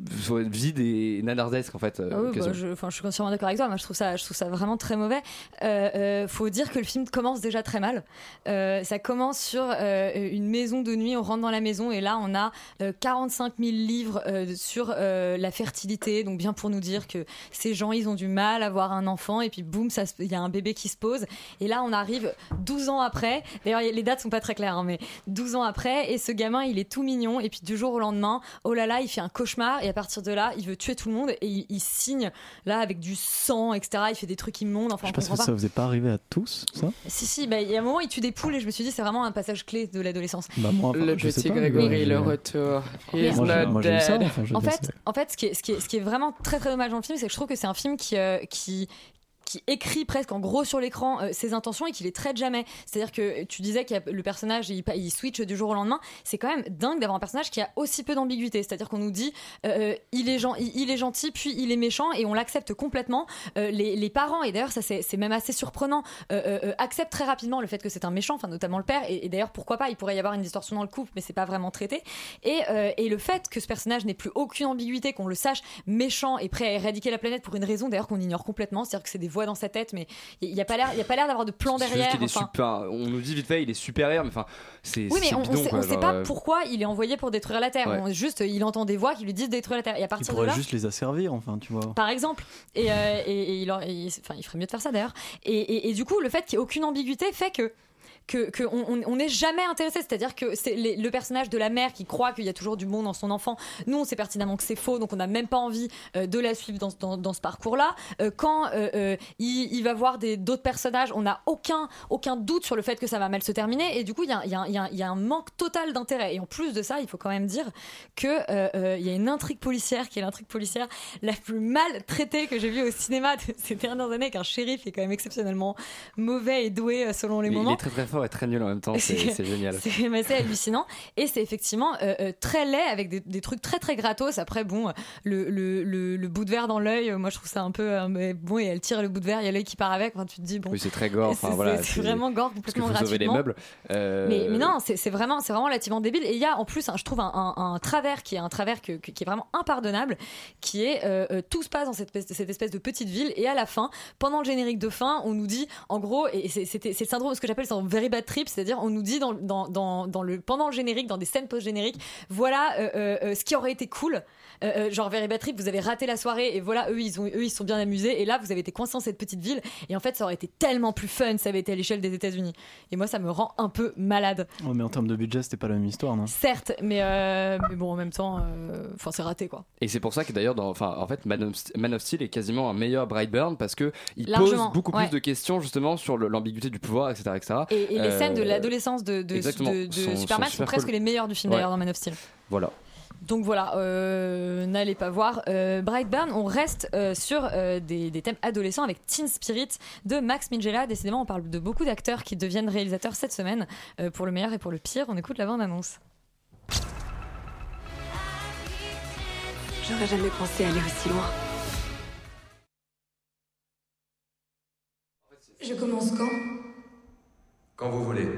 vide et nanardesque en fait. Euh, ah oui, bah, je, je suis entièrement d'accord avec toi. Moi, je trouve ça, je trouve ça vraiment très mauvais. Euh, euh, faut dire que le film commence déjà très mal. Euh, ça commence sur euh, une maison de nuit. On rentre dans la maison et là, on a euh, quarante-cinq mille livres euh, sur euh, la fertilité. Donc bien pour nous dire que ces gens, ils ont du mal à avoir un enfant. Et puis boum, il y a un bébé qui se pose. Et là, on arrive douze ans après. D'ailleurs, les dates sont pas très claires, hein, mais douze ans après. Et ce gamin, il est tout mignon. Et puis du jour au lendemain, oh là là, il fait un cauchemar. Et à partir de là, il veut tuer tout le monde et il, il signe là avec du sang, et cetera. Il fait des trucs immondes. Enfin, je pense que ça vous est pas arrivé à tous, ça. Si, si. Bah, il y a un moment, il tue des poules et je me suis dit, c'est vraiment un passage clé de l'adolescence. Bah, moi, enfin, le petit Grégory, le retour. Moi, moi, moi j'aime ça. Enfin, je en fait, en fait, ce qui est, ce qui est, ce qui est vraiment très très dommage dans le film, c'est que je trouve que c'est un film qui, euh, qui qui écrit presque en gros sur l'écran euh, ses intentions et qui les traite jamais. C'est-à-dire que tu disais que le personnage il, il switch du jour au lendemain. C'est quand même dingue d'avoir un personnage qui a aussi peu d'ambiguïté. C'est-à-dire qu'on nous dit euh, il, est gen- il, il est gentil puis il est méchant et on l'accepte complètement. Euh, les, les parents, et d'ailleurs ça c'est, c'est même assez surprenant, euh, euh, acceptent très rapidement le fait que c'est un méchant, enfin notamment le père. Et, et d'ailleurs pourquoi pas, il pourrait y avoir une distorsion dans le couple mais c'est pas vraiment traité. Et, euh, et le fait que ce personnage n'ait plus aucune ambiguïté, qu'on le sache méchant et prêt à éradiquer la planète pour une raison d'ailleurs qu'on ignore complètement. C'est-à-dire que c'est des dans sa tête mais il n'y a pas l'air il y a pas l'air d'avoir de plan derrière. Il est enfin... super, on nous dit vite fait il est supérieur mais enfin c'est oui mais c'est on, bidon, on sait, quoi, on sait genre, pas euh... pourquoi il est envoyé pour détruire la Terre. Ouais. On, juste il entend des voix qui lui disent détruire la Terre et à partir il pourrait de là juste les asservir enfin tu vois par exemple et, euh, et, et il, il, enfin, il ferait mieux de faire ça d'ailleurs et, et, et du coup le fait qu'il n'y ait aucune ambiguïté fait que que, que on, on n'est jamais intéressé, c'est-à-dire que c'est les, le personnage de la mère qui croit qu'il y a toujours du bon dans son enfant. Nous, on sait pertinemment que c'est faux, donc on n'a même pas envie euh, de la suivre dans, dans, dans ce parcours-là. Euh, quand euh, euh, il, il va voir des, d'autres personnages, on n'a aucun, aucun doute sur le fait que ça va mal se terminer, et du coup, il y a, y, a, y, a, y a un manque total d'intérêt. Et en plus de ça, il faut quand même dire qu'il euh, euh, y a une intrigue policière qui est l'intrigue policière la plus mal traitée que j'ai vue au cinéma de ces dernières années, qu'un shérif est quand même exceptionnellement mauvais et doué selon les mais moments. Il est très très fort et très nul en même temps, c'est, c'est génial. C'est assez hallucinant et c'est effectivement euh, euh, très laid avec des, des trucs très très gratos. Après bon, le, le, le, le bout de verre dans l'œil, moi je trouve ça un peu euh, mais bon, et elle tire le bout de verre, il y a l'œil qui part avec. Enfin, tu te dis bon. Oui, c'est très gore. Enfin c'est, voilà, c'est, c'est vraiment gore complètement parce que vous gratuitement. sauvez les meubles. Euh... Mais, mais non, c'est, c'est vraiment c'est vraiment relativement débile. Et il y a en plus, hein, je trouve un, un, un travers qui est un travers que, que, qui est vraiment impardonnable, qui est euh, euh, tout se passe dans cette, cette espèce de petite ville et à la fin, pendant le générique de fin, on nous dit en gros, et c'est, c'est, c'est le syndrome, ce que j'appelle le syndrome very bad trip, c'est-à-dire on nous dit dans, dans, dans, dans le, pendant le générique, dans des scènes post-génériques, voilà euh, euh, ce qui aurait été cool. Euh, genre very bad trip, vous avez raté la soirée et voilà, eux ils, ont, eux ils sont bien amusés et là vous avez été coincés dans cette petite ville et en fait ça aurait été tellement plus fun, ça avait été à l'échelle des États-Unis. Et moi ça me rend un peu malade. Ouais, mais en termes de budget, c'était pas la même histoire, non? Certes, mais, euh, mais bon en même temps, enfin euh, c'est raté quoi. Et c'est pour ça que d'ailleurs, dans, enfin en fait, Man of, Man of Steel est quasiment un meilleur Brightburn parce que il Largement, pose beaucoup ouais. plus de questions justement sur le, l'ambiguïté du pouvoir, et cetera, et cetera. Et, et les euh, scènes de l'adolescence de, de, de, de sont, Superman sont, sont presque cool. les meilleures du film d'ailleurs ouais. dans Man of Steel. Voilà. Donc voilà, euh, n'allez pas voir euh, Brightburn. On reste euh, sur euh, des, des thèmes adolescents avec Teen Spirit de Max Minghella. Décidément, on parle de beaucoup d'acteurs qui deviennent réalisateurs cette semaine, euh, pour le meilleur et pour le pire. On écoute la bande-annonce. J'aurais jamais pensé aller aussi loin. Je commence quand? Quand vous voulez.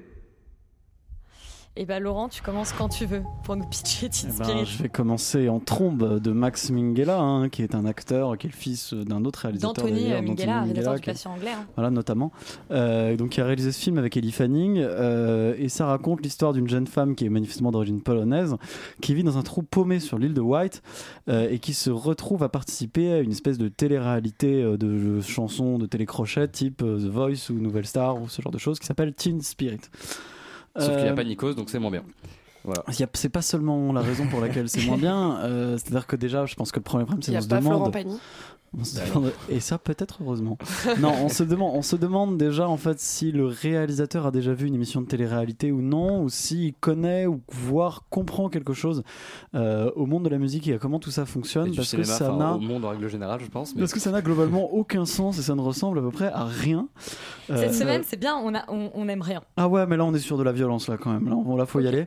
Et bah Laurent, tu commences quand tu veux pour nous pitcher Teen Eh ben, Spirit. je vais commencer en trombe de Max Minghella, hein, qui est un acteur, qui est le fils d'un autre réalisateur. D'Anthony d'ailleurs, Minghella, d'Anthony réalisateur du qui est- patient anglais. Hein. Voilà, notamment. Euh, donc, il a réalisé ce film avec Ellie Fanning, euh, et ça raconte l'histoire d'une jeune femme qui est manifestement d'origine polonaise, qui vit dans un trou paumé sur l'île de White, euh, et qui se retrouve à participer à une espèce de télé-réalité euh, de chansons, de télécrochet, type euh, The Voice ou Nouvelle Star, ou ce genre de choses, qui s'appelle Teen Spirit. Sauf qu'il n'y a Euh, pas Nikos, donc c'est moins bien. Voilà. y a- c'est pas seulement la raison pour laquelle c'est moins bien, euh, c'est-à-dire que déjà, je pense que le premier problème, c'est Il n'y qu'on a se pas Florent demande. Pagny. On se demande- et ça peut-être heureusement. Non, on se demande, on se demande déjà en fait si le réalisateur a déjà vu une émission de télé-réalité ou non, ou s'il connaît ou voire comprend quelque chose euh, au monde de la musique et à comment tout ça fonctionne, Et du parce cinéma, que ça enfin, n'a au monde en règle générale, je pense. Mais... parce que ça n'a globalement aucun sens et ça ne ressemble à peu près à rien. Cette Euh, semaine, c'est bien, on, a, on, on aime rien. Ah ouais, mais là on est sur de la violence là quand même. Là, on, là faut y aller.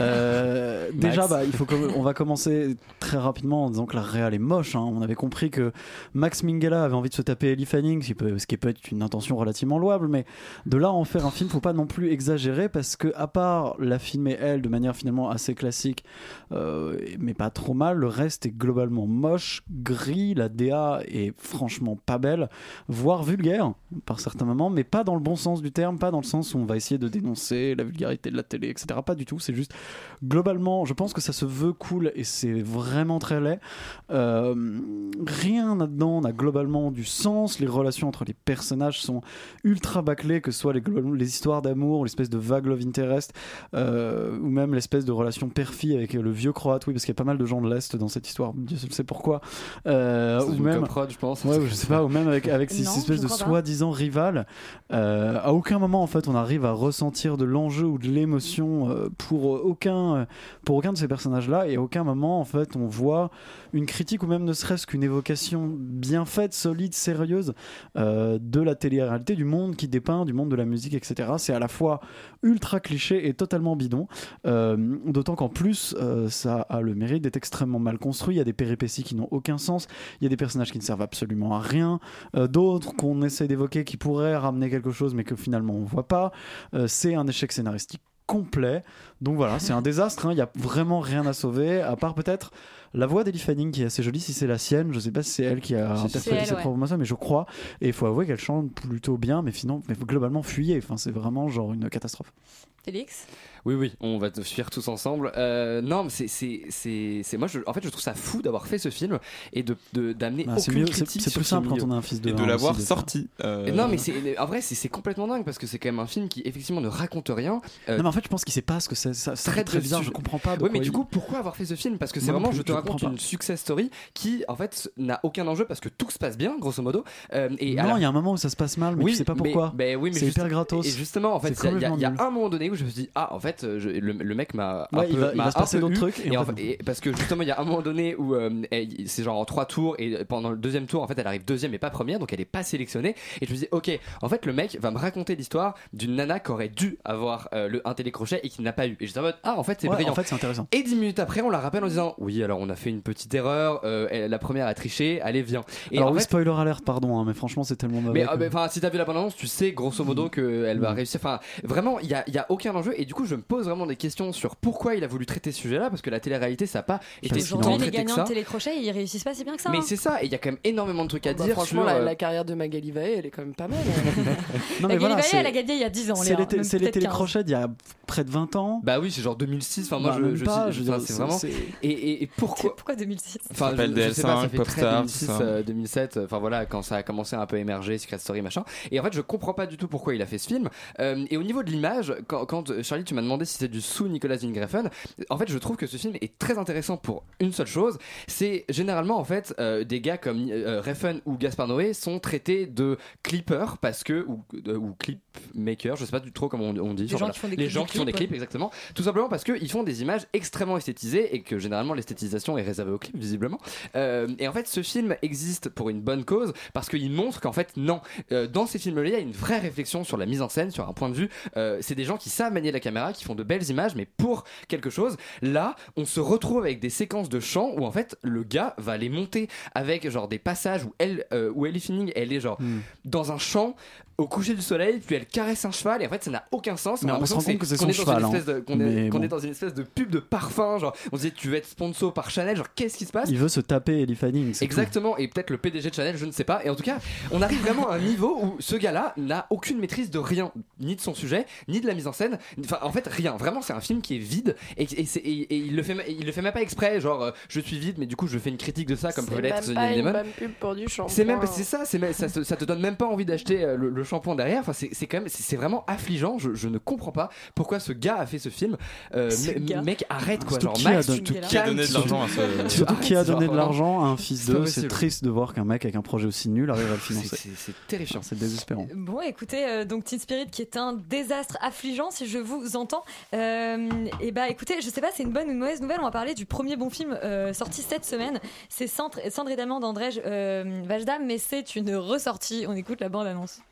Euh, déjà, bah, il faut que, on va commencer très rapidement en disant que la réal est moche. Hein. On avait compris que Max Minghella avait envie de se taper Ellie Fanning, ce qui peut, ce qui peut être une intention relativement louable, mais de là à en faire un film, faut pas non plus exagérer parce que à part la filmer elle de manière finalement assez classique, euh, mais pas trop mal, le reste est globalement moche, gris. La D A est franchement pas belle, voire vulgaire par certains moments, mais pas dans le bon sens du terme, pas dans le sens où on va essayer de dénoncer la vulgarité de la télé, et cetera. Pas du tout, c'est juste globalement, je pense que ça se veut cool et c'est vraiment très laid. Euh, rien là-dedans n'a globalement du sens, les relations entre les personnages sont ultra bâclées, que ce soit les, les histoires d'amour, l'espèce de vague love interest, euh, ou même l'espèce de relation père-fille avec le vieux croate, oui, parce qu'il y a pas mal de gens de l'Est dans cette histoire, Dieu seul sait pourquoi. Euh, ou une même, coprode, je pense. ouais, je sais pas, ou même avec, avec cette Non, espèce je de crois pas. soi-disant rival. Euh, à aucun moment, en fait, on arrive à ressentir de l'enjeu ou de l'émotion euh, pour aucun, pour aucun de ces personnages-là, et à aucun moment, en fait, on voit une critique ou même ne serait-ce qu'une évocation bien faite, solide, sérieuse euh, de la télé-réalité, du monde qui dépeint, du monde de la musique, et cetera. C'est à la fois ultra cliché et totalement bidon, euh, d'autant qu'en plus, euh, ça a le mérite d'être extrêmement mal construit. Il y a des péripéties qui n'ont aucun sens, il y a des personnages qui ne servent absolument à rien, euh, d'autres qu'on essaie d'évoquer qui pourraient ramener quelque chose mais que finalement on voit pas. Euh, c'est un échec scénaristique complet, donc voilà, c'est un désastre, hein. Il y a vraiment rien à sauver à part peut-être la voix d'Ellie Fanning qui est assez jolie, si c'est la sienne, je sais pas si c'est elle qui a C'est interprété elle, cette ouais. propre morceau, mais je crois, et il faut avouer qu'elle chante plutôt bien, mais sinon, mais globalement fuyez, enfin c'est vraiment genre une catastrophe. Félix? Oui, oui, on va te fuir tous ensemble. Euh, non, mais c'est, c'est, c'est, c'est moi. Je, en fait, je trouve ça fou d'avoir fait ce film et de, de d'amener Bah, c'est aucune mieux, c'est, critique c'est sur plus ce simple quand milieu. on a un fils de Et de un l'avoir aussi, de sorti. euh, Et non, mais c'est, en vrai, c'est, c'est complètement dingue parce que c'est quand même un film qui effectivement ne raconte rien. Euh, Non, mais en fait, je pense qu'il sait pas ce que c'est. Ça, c'est très, très bizarre. Je comprends pas. Oui, mais il... du coup, pourquoi avoir fait ce film? Parce que c'est Moi vraiment, plus, je te je raconte une success story qui, en fait, n'a aucun enjeu parce que tout se passe bien, grosso modo. Euh, et non, il la... y a un moment où ça se passe mal, mais oui, tu sais pas mais, pourquoi. Mais, oui, mais c'est juste... hyper gratos. Et justement, en fait, il y, y, y a un moment donné où je me suis dit, ah, en fait, je, le, le mec m'a. Ouais, un il peu, va, il va se passer d'autres trucs. Et, en fait, et parce que justement, il y a un moment donné où euh, elle, c'est genre en trois tours et pendant le deuxième tour, en fait, elle arrive deuxième et pas première, donc elle est pas sélectionnée. Et je me dis, ok, en fait, le mec va me raconter l'histoire d'une nana qui aurait dû avoir euh, le, un télécrochet et qui n'a pas eu. Et j'étais en mode, ah, en fait, c'est ouais, brillant. En fait, c'est intéressant. Et dix minutes après, on la rappelle en disant, oui, alors on a fait une petite erreur, euh, elle, la première a triché, allez, viens. Et alors, en oui, fait, spoiler alert, pardon, hein, mais franchement, c'est tellement mauvais. Mais enfin, euh, si t'as vu la bande-annonce, tu sais grosso modo mmh. qu'elle va mmh. réussir. Enfin, vraiment, il y a, y a aucun enjeu. Et du coup, je me pose vraiment des questions sur pourquoi il a voulu traiter ce sujet-là, parce que la télé-réalité, ça n'a pas été si aujourd'hui les gagnants de télécrochet, ils réussissent pas si bien que ça. Mais hein. c'est ça. Et il y a quand même énormément de trucs à bah, dire. Franchement, sur, la, euh... la carrière de Magali Vaé, elle est quand même pas mal. non, mais Magali voilà, Vaé, elle a gagné il y a dix ans. C'est les, t- c'est les télécrochets d'il y a près de vingt ans. Bah oui, c'est genre deux mille six. Enfin, moi, bah, je, je, pas, je, je je, veux c'est dire, vraiment. c'est... Et, et, et pourquoi Pourquoi deux mille six? Enfin, je, je sais pas, ça fait Popstar, deux mille six, euh, deux mille sept. Enfin voilà, quand ça a commencé à un peu émerger, Secret Story, machin. Et en fait, je comprends pas du tout pourquoi il a fait ce film. Euh, et au niveau de l'image, quand, quand Charlie, tu m'as demandé si c'était du sous Nicolas Winding Refn, en fait, je trouve que ce film est très intéressant pour une seule chose. C'est généralement en fait euh, des gars comme euh, Refn ou Gaspard Noé sont traités de clippers parce que ou, euh, ou clip makers, je sais pas du trop comment on, on dit. Les gens voilà. qui font des les clips, gens qui font des clips, ouais. exactement. Tout simplement parce que ils font des images extrêmement esthétisées et que généralement l'esthétisation est réservée aux clips visiblement. Euh, et en fait, ce film existe pour une bonne cause parce qu'il montre qu'en fait non, euh, dans ces films-là, il y a une vraie réflexion sur la mise en scène, sur un point de vue. Euh, c'est des gens qui savent manier la caméra, qui font de belles images, mais pour quelque chose. Là, on se retrouve avec des séquences de chant où en fait le gars va les monter avec genre des passages où elle, euh, où Ellie Fanning, elle est genre mm. dans un champ au coucher du soleil, puis elle caresse un cheval et en fait ça n'a aucun sens. Mais on se rend compte que c'est son cheval. Qu'on est, bon. est dans une espèce de pub de parfum, genre on se dit tu veux être sponsor par Chanel, genre qu'est-ce qui se passe? Il veut se taper Ellie Fanning. Exactement, tout. Et peut-être le P D G de Chanel, je ne sais pas. Et en tout cas, on arrive vraiment à un niveau où ce gars-là n'a aucune maîtrise de rien, ni de son sujet, ni de la mise en scène. Enfin, en fait, rien. Vraiment, c'est un film qui est vide et, et, c'est, et, et il le fait, il le fait même pas exprès. Genre, euh, je suis vide, mais du coup, je fais une critique de ça, comme peut l'être The Neil Demon. C'est pub pour du shampoing. C'est même, c'est ça, c'est même, ça, ça te donne même pas envie d'acheter le, le shampoing derrière. Enfin, c'est, c'est quand même, c'est, c'est vraiment affligeant. Je, je ne comprends pas pourquoi ce gars a fait ce film. Euh, ce m- mec, arrête quoi. Genre, qui Max, a, don- qui a donné de l'argent à ce. Surtout qui a donné de l'argent à un fils d'eux. C'est triste de voir qu'un mec avec un projet aussi nul arrive à le financer. C'est, c'est, c'est terrifiant, c'est désespérant. Bon, écoutez, euh, donc Teen Spirit qui est un désastre affligeant si je vous entends. Euh, et bah écoutez, je sais pas, c'est une bonne ou une mauvaise nouvelle. On va parler du premier bon film euh, sorti cette semaine. C'est Cendre, Cendre et d'amande d'Andrzej euh, Wajda, mais c'est une ressortie. On écoute la bande-annonce.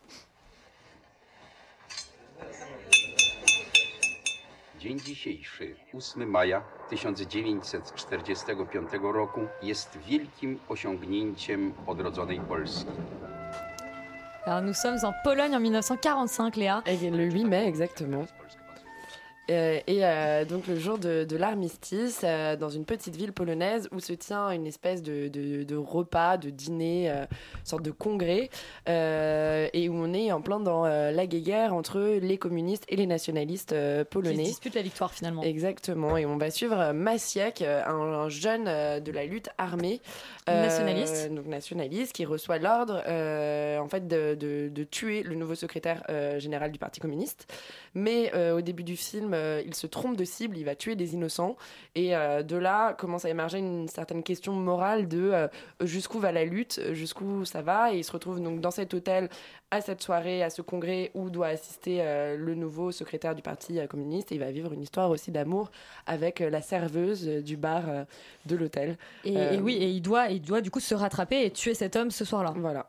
Dzień dzisiejszy, ósmego maja tysiąc dziewięćset czterdziestego piątego roku, jest wielkim osiągnięciem odrodzonej Polski. Alors nous sommes en Pologne en dix-neuf cent quarante-cinq, Léa. Et le huit mai, exactement. Euh, et euh, donc le jour de, de l'armistice, euh, dans une petite ville polonaise où se tient une espèce de, de, de repas, de dîner, euh, sorte de congrès, euh, et où on est en plein dans euh, la guéguerre entre les communistes et les nationalistes euh, polonais. Qui disputent la victoire finalement. Exactement, et on va suivre Maciek, un, un jeune euh, de la lutte armée. Euh, nationaliste. Donc nationaliste, qui reçoit l'ordre euh, en fait de, de, de tuer le nouveau secrétaire euh, général du Parti communiste. Mais euh, au début du film, euh, il se trompe de cible, il va tuer des innocents. Et euh, de là commence à émerger une certaine question morale de euh, jusqu'où va la lutte, jusqu'où ça va. Et il se retrouve donc dans cet hôtel, à cette soirée, à ce congrès où doit assister euh, le nouveau secrétaire du Parti euh, communiste. Et il va vivre une histoire aussi d'amour avec euh, la serveuse du bar euh, de l'hôtel. Et, euh, et oui, et il doit, il doit du coup se rattraper et tuer cet homme ce soir-là. Voilà.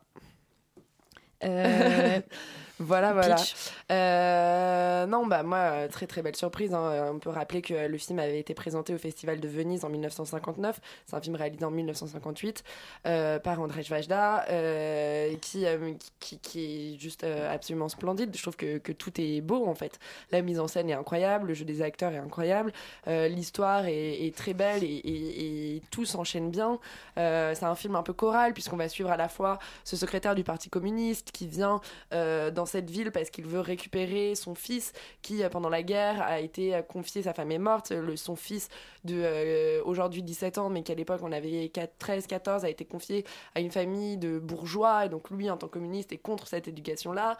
Euh... Voilà, voilà. Euh, non, bah moi, très très belle surprise. Hein. On peut rappeler que le film avait été présenté au Festival de Venise en dix-neuf cent cinquante-neuf. C'est un film réalisé en dix-neuf cent cinquante-huit euh, par Andrzej Wajda, euh, qui, euh, qui, qui est juste euh, absolument splendide. Je trouve que, que tout est beau en fait. La mise en scène est incroyable, le jeu des acteurs est incroyable, euh, l'histoire est, est très belle et, et, et tout s'enchaîne bien. Euh, c'est un film un peu choral puisqu'on va suivre à la fois ce secrétaire du Parti communiste qui vient euh, dans cette ville parce qu'il veut récupérer son fils qui, pendant la guerre, a été confié, sa femme est morte, le, son fils de euh, aujourd'hui dix-sept ans, mais qu'à l'époque on avait treize quatorze, a été confié à une famille de bourgeois, et donc lui, en tant que communiste, est contre cette éducation-là.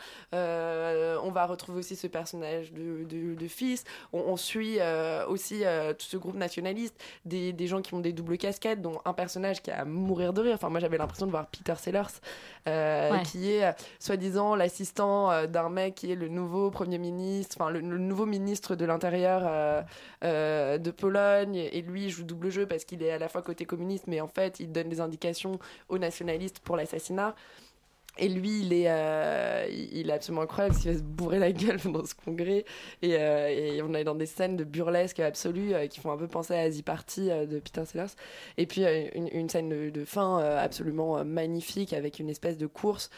Euh, on va retrouver aussi ce personnage de, de, de fils. On, on suit euh, aussi euh, tout ce groupe nationaliste, des, des gens qui ont des doubles casquettes, dont un personnage qui a à mourir de rire. Enfin, moi, j'avais l'impression de voir Peter Sellers, euh, ouais. qui est, euh, soi-disant, l'assistant euh, d'un mec qui est le nouveau Premier ministre, enfin, le, le nouveau ministre de l'Intérieur euh, euh, de Pologne, et lui, il joue double jeu parce qu'il est à la fois côté communiste, mais en fait, il donne des indications aux nationalistes pour l'assassinat. Et lui, il est, euh, il est absolument incroyable, parce qu'il va se bourrer la gueule pendant ce congrès. Et, euh, et on est dans des scènes de burlesque absolue euh, qui font un peu penser à The Party euh, de Peter Sellers. Et puis euh, une, une scène de, de fin euh, absolument euh, magnifique, avec une espèce de course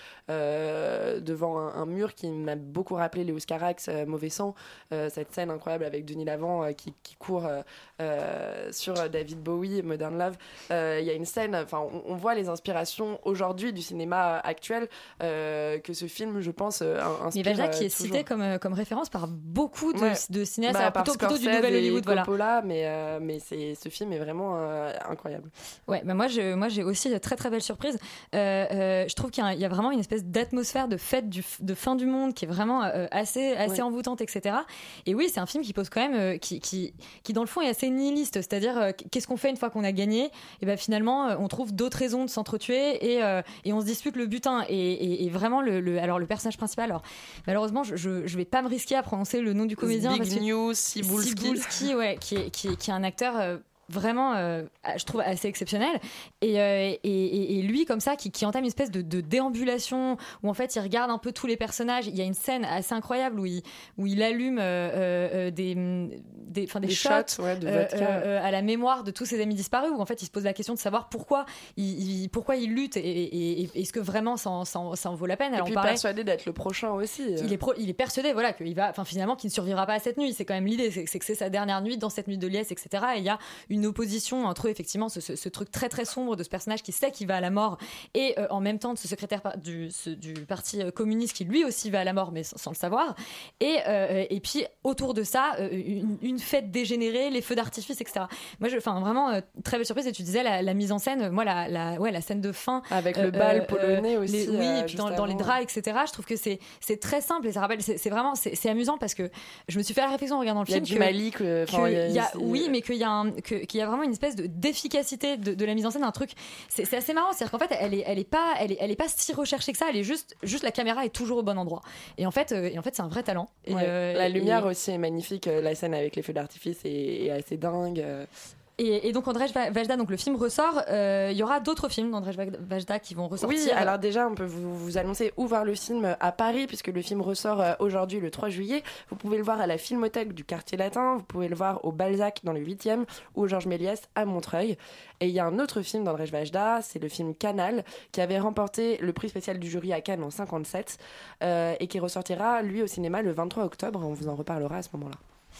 euh, devant un, un mur qui m'a beaucoup rappelé les Carax, euh, Mauvais sang. Euh, cette scène incroyable avec Denis Lavant euh, qui, qui court euh, euh, sur David Bowie, Modern Love. Il euh, y a une scène, enfin, on, on voit les inspirations aujourd'hui du cinéma actuel. Euh, que ce film, je pense, euh, inspire. Mais Vajda qui est toujours. cité comme, euh, comme référence par beaucoup de, ouais. de cinéastes, bah, plutôt, plutôt du nouvel Hollywood. Voilà. Voilà. Mais, euh, mais c'est, ce film est vraiment euh, incroyable. Ouais, bah moi, je, moi j'ai aussi de très très belles surprises. Euh, euh, je trouve qu'il y a, il y a vraiment une espèce d'atmosphère de fête du, de fin du monde qui est vraiment euh, assez, assez ouais. envoûtante, et cetera. Et oui, c'est un film qui pose quand même, euh, qui, qui, qui dans le fond est assez nihiliste. C'est-à-dire, euh, qu'est-ce qu'on fait une fois qu'on a gagné ? Et ben finalement, euh, on trouve d'autres raisons de s'entretuer et, euh, et on se dispute le butin. Et, et Et, et vraiment, le, le, alors le personnage principal, alors, malheureusement, je, je, je vais pas me risquer à prononcer le nom du comédien. Zbigniew Cybulski. Cybulski, ouais, qui est, qui est, qui est un acteur euh, vraiment, euh, je trouve, assez exceptionnel. Et, euh, et, et, et lui, comme ça, qui, qui entame une espèce de, de déambulation où, en fait, il regarde un peu tous les personnages. Il y a une scène assez incroyable où il, où il allume euh, euh, des, des, des, des shots, shots ouais, de euh, euh, à la mémoire de tous ses amis disparus, où, en fait, il se pose la question de savoir pourquoi il, il, pourquoi il lutte et, et, et est-ce que vraiment ça en, ça en, ça en vaut la peine. Alors, et puis, parlait, persuadé d'être le prochain aussi. Il est, pro, il est persuadé, voilà, qu'il va, enfin, finalement, qu'il ne survivra pas à cette nuit. C'est quand même l'idée, c'est, c'est que c'est sa dernière nuit dans cette nuit de liesse, et cetera. Et il y a une opposition entre eux, effectivement, ce, ce, ce truc très très sombre de ce personnage qui sait qu'il va à la mort et euh, en même temps de ce secrétaire par, du, ce, du parti communiste qui lui aussi va à la mort mais sans, sans le savoir. Et, euh, et puis autour de ça, euh, une, une fête dégénérée, les feux d'artifice, et cetera. Moi, je, enfin vraiment euh, très belle surprise. Et tu disais la, la mise en scène, moi la, la, ouais, la scène de fin avec euh, le bal polonais euh, aussi. Les, oui, euh, et puis dans, dans les draps, et cetera. Je trouve que c'est, c'est très simple et ça rappelle, c'est, c'est vraiment, c'est, c'est amusant parce que je me suis fait la réflexion en regardant le film. Il y a du Mali, que, que y a, y a, oui, mais qu'il y a, un, que, qu'il y a vraiment une espèce de d'efficacité de, de la mise en scène, un truc. C'est, c'est assez marrant, c'est-à-dire qu'en fait, elle est, elle est pas, elle est, elle est pas si recherchée que ça. Elle est juste, juste la caméra est toujours au bon endroit. Et en fait, euh, et en fait, c'est un vrai talent. Et, ouais. euh, la lumière et... aussi est magnifique. La scène avec les feux d'artifice est, est assez dingue. Et, et donc Andrzej Wajda, donc le film ressort. Il euh, y aura d'autres films d'Andrzej Wajda qui vont ressortir. Oui, alors déjà on peut vous, vous annoncer où voir le film à Paris, puisque le film ressort euh, aujourd'hui le trois juillet. Vous pouvez le voir à la Filmothèque du Quartier Latin, vous pouvez le voir au Balzac dans le huitième ou au Georges Méliès à Montreuil. Et il y a un autre film d'Andrzej Wajda, c'est le film Canal, qui avait remporté le prix spécial du jury à Cannes en cinquante-sept euh, et qui ressortira lui au cinéma le vingt-trois octobre. On vous en reparlera à ce moment-là.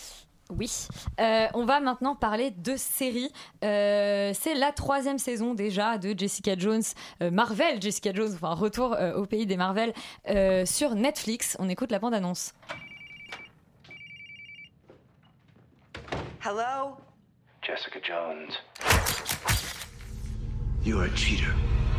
Oui, euh, on va maintenant parler de séries. Euh, c'est la troisième saison déjà de Jessica Jones, euh, Marvel Jessica Jones, enfin retour euh, au pays des Marvel euh, sur Netflix. On écoute la bande-annonce. Hello? Jessica Jones. You are a cheater.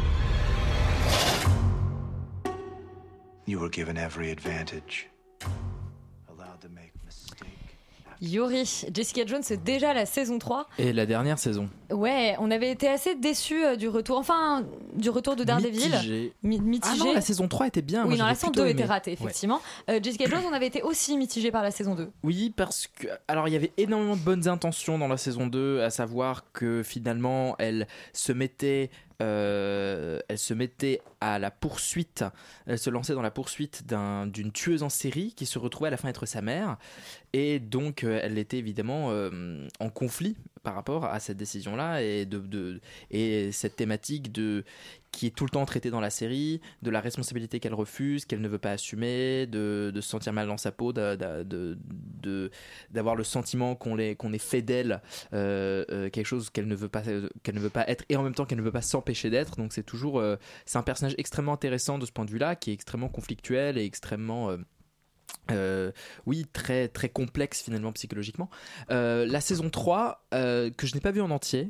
You were given every advantage. Allowed to make mistakes. Yuri, Jessica Jones, c'est déjà la saison trois. Et la dernière saison. Ouais, on avait été assez déçus euh, du retour, enfin, du retour de Daredevil. Mitigé. Mi- mitigé. Ah non, la saison trois était bien. Oui, Moi, non, la saison deux aimé. était ratée, effectivement. Ouais. Euh, Jessica Jones, on avait été aussi mitigé par la saison deux. Oui, parce que, alors, il y avait énormément de bonnes intentions dans la saison deux, à savoir que finalement, elle se mettait. Euh, elle se mettait à la poursuite, elle se lançait dans la poursuite d'un, d'une tueuse en série qui se retrouvait à la fin être sa mère, et donc euh, elle était évidemment euh, en conflit par rapport à cette décision-là et, de, de, et cette thématique de, qui est tout le temps traitée dans la série, de la responsabilité qu'elle refuse, qu'elle ne veut pas assumer, de, de se sentir mal dans sa peau, de, de, de, de, d'avoir le sentiment qu'on, les, qu'on est fait d'elle, euh, euh, quelque chose qu'elle ne veut pas, qu'elle ne veut pas être et en même temps qu'elle ne veut pas s'empêcher d'être. Donc c'est toujours, euh, c'est un personnage extrêmement intéressant de ce point de vue-là, qui est extrêmement conflictuel et extrêmement... Euh, Euh, oui, très, très complexe finalement psychologiquement. Euh, la saison trois, euh, que je n'ai pas vue en entier,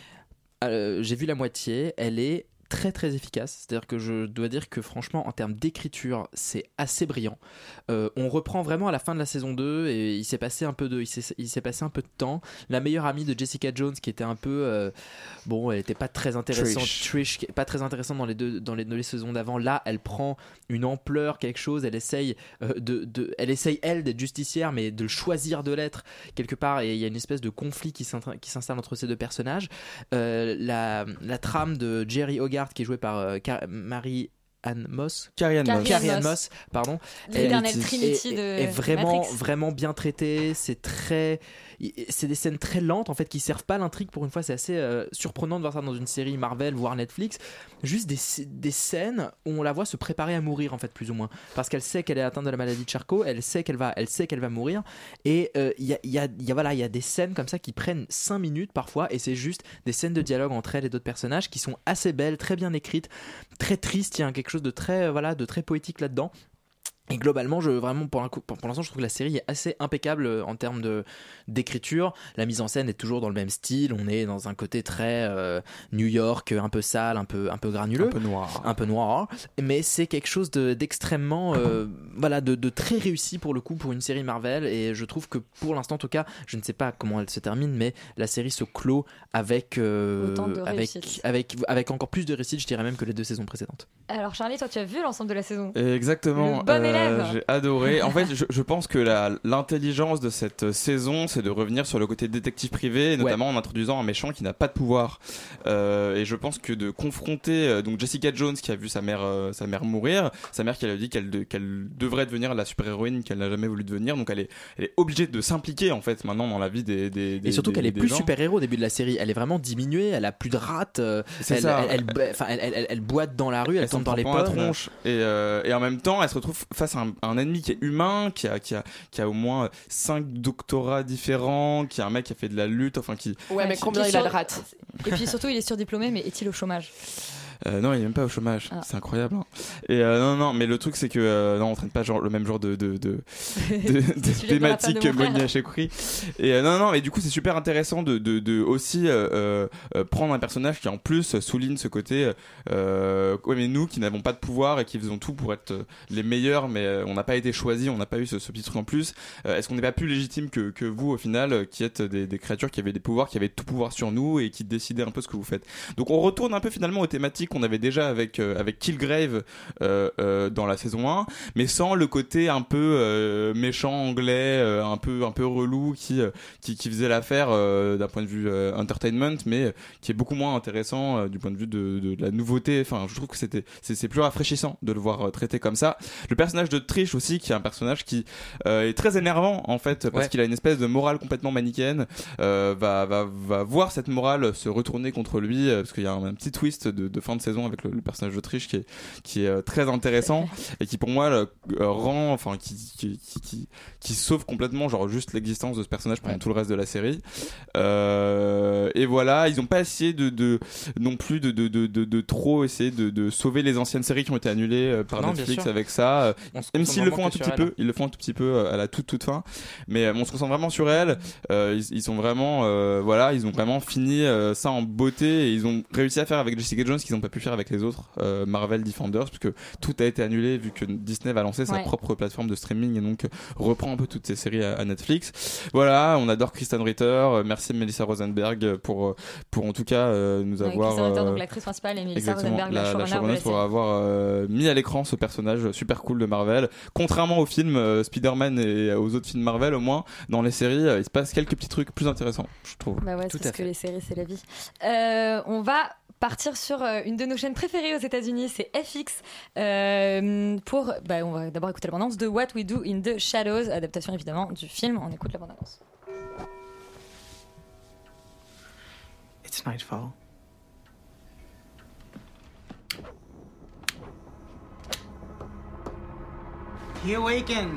euh, j'ai vu la moitié, elle est très très efficace, c'est-à-dire que je dois dire que franchement en termes d'écriture c'est assez brillant. Euh, on reprend vraiment à la fin de la saison deux et il s'est passé un peu de, il s'est, il s'est passé un peu de temps. La meilleure amie de Jessica Jones qui était un peu euh, bon, elle était pas très intéressante, Trish, Trish pas très intéressante dans les deux dans les, dans les saisons d'avant. Là elle prend une ampleur, quelque chose, elle essaye euh, de, de elle essaye elle d'être justicière mais de choisir de l'être quelque part, et il y a une espèce de conflit qui s'installe, qui s'installe entre ces deux personnages. Euh, la, la trame de Jerry Hogarth qui est jouée par euh, Car- Marie Anne Moss, Carrie-Anne Moss, Carrie-Anne Moss, pardon, l'éternelle Trinity est, de est vraiment Matrix. vraiment bien traité. C'est très, c'est des scènes très lentes en fait qui servent pas l'intrigue. Pour une fois, c'est assez euh, surprenant de voir ça dans une série Marvel voire Netflix. Juste des, des scènes où on la voit se préparer à mourir en fait, plus ou moins, parce qu'elle sait qu'elle est atteinte de la maladie de Charcot, elle sait qu'elle va, elle sait qu'elle va mourir, et il euh, y, a, y, a, y a voilà, il y a des scènes comme ça qui prennent cinq minutes parfois, et c'est juste des scènes de dialogue entre elle et d'autres personnages qui sont assez belles, très bien écrites, très tristes. Il y a quelque chose de très, voilà, de très poétique là-dedans. Et globalement, je, vraiment, pour, un coup, pour, pour l'instant, je trouve que la série est assez impeccable en termes de, d'écriture. La mise en scène est toujours dans le même style. On est dans un côté très euh, New York, un peu sale, un peu, un peu granuleux. Un peu noir. Un peu noir. Mais c'est quelque chose de, d'extrêmement, euh, voilà, de, de très réussi pour le coup pour une série Marvel. Et je trouve que pour l'instant, en tout cas, je ne sais pas comment elle se termine, mais la série se clôt avec, euh, avec, avec, avec encore plus de réussite, je dirais même que les deux saisons précédentes. Alors Charlie, toi tu as vu l'ensemble de la saison? Exactement. Le bon élève. Euh, j'ai adoré. En fait, je, je pense que la, l'intelligence de cette saison, c'est de revenir sur le côté détective privé, et notamment ouais. en introduisant un méchant qui n'a pas de pouvoir. Euh, et je pense que de confronter euh, donc Jessica Jones qui a vu sa mère, euh, sa mère mourir, sa mère qui a dit qu'elle, de, qu'elle devrait devenir la super-héroïne qu'elle n'a jamais voulu devenir, donc elle est, elle est obligée de s'impliquer en fait maintenant dans la vie des, des, des et surtout des, qu'elle est plus gens. super-héros au début de la série. Elle est vraiment diminuée, elle a plus de rate, euh, c'est elle, ça. Elle, elle, elle, elle, elle, elle boite dans la rue, elle, elle tombe dans les pommes. Tronche. Et, euh, et en même temps, elle se retrouve face à un, un ennemi qui est humain, qui a, qui a, qui a au moins cinq doctorats différents, qui a un mec qui a fait de la lutte, enfin qui. Ouais, mais combien il a de rate? Et puis surtout, il est surdiplômé, mais est-il au chômage? Euh, non, il est même pas au chômage. Ah. C'est incroyable. Hein. Et euh, non, non, mais le truc c'est que euh, non, on traîne pas genre le même genre de de de, de, de thématique que Monia Chekri. Et euh, non, non, mais du coup c'est super intéressant de de, de aussi euh, euh, prendre un personnage qui en plus souligne ce côté. Euh, ouais, mais nous qui n'avons pas de pouvoir et qui faisons tout pour être les meilleurs, mais euh, on n'a pas été choisis, on n'a pas eu ce, ce petit truc en plus. Euh, est-ce qu'on n'est pas plus légitime que que vous au final, qui êtes des, des créatures qui avaient des pouvoirs, qui avaient tout pouvoir sur nous et qui décidaient un peu ce que vous faites. Donc on retourne un peu finalement aux thématiques qu'on avait déjà avec euh, avec Killgrave euh, euh, dans la saison un, mais sans le côté un peu euh, méchant anglais, euh, un peu un peu relou qui euh, qui, qui faisait l'affaire euh, d'un point de vue euh, entertainment, mais euh, qui est beaucoup moins intéressant euh, du point de vue de, de, de la nouveauté. Enfin, je trouve que c'était c'est, c'est plus rafraîchissant de le voir euh, traité comme ça. Le personnage de Trish aussi, qui est un personnage qui euh, est très énervant en fait, parce ouais. qu'il a une espèce de morale complètement manichéenne, euh, va va va voir cette morale se retourner contre lui, euh, parce qu'il y a un, un petit twist de, de fin de saison avec le, le personnage de Trish qui est qui est euh, très intéressant et qui pour moi le, euh, rend enfin qui qui, qui qui qui sauve complètement genre juste l'existence de ce personnage pendant ouais. tout le reste de la série. Euh, et voilà, ils ont pas essayé de de non plus de de de de, de trop essayer de de sauver les anciennes séries qui ont été annulées euh, par non, Netflix avec ça. Même s'ils le font un tout petit elle. peu, ils le font un tout petit peu à la toute toute fin, mais on se concentre vraiment sur elle. Euh, ils, ils sont vraiment euh, voilà, ils ont vraiment fini euh, ça en beauté, et ils ont réussi à faire avec Jessica Jones ce qu'ils n'ont pas pu faire avec les autres euh, Marvel Defenders, puisque tout a été annulé vu que Disney va lancer sa ouais. propre plateforme de streaming et donc reprend un peu toutes ces séries à, à Netflix. Voilà, on adore Kristen Ritter. Merci Melissa Rosenberg pour pour en tout cas euh, nous ouais, avoir Kristen Ritter, euh, donc l'actrice principale, et Melissa Rosenberg, la, la, la showrunner pour avoir euh, mis à l'écran ce personnage super cool de Marvel. Contrairement aux films euh, Spider-Man et aux autres films Marvel, au moins dans les séries, euh, il se passe quelques petits trucs plus intéressants, je trouve. Bah ouais, tout c'est à ce fait. que les séries, c'est la vie. Euh, on va partir sur euh, une de nos chaînes préférées aux États-Unis, c'est F X. Euh, pour, bah, on va d'abord écouter la bande-annonce de What We Do in the Shadows, adaptation évidemment du film. On écoute la bande-annonce. It's nightfall. He awakened.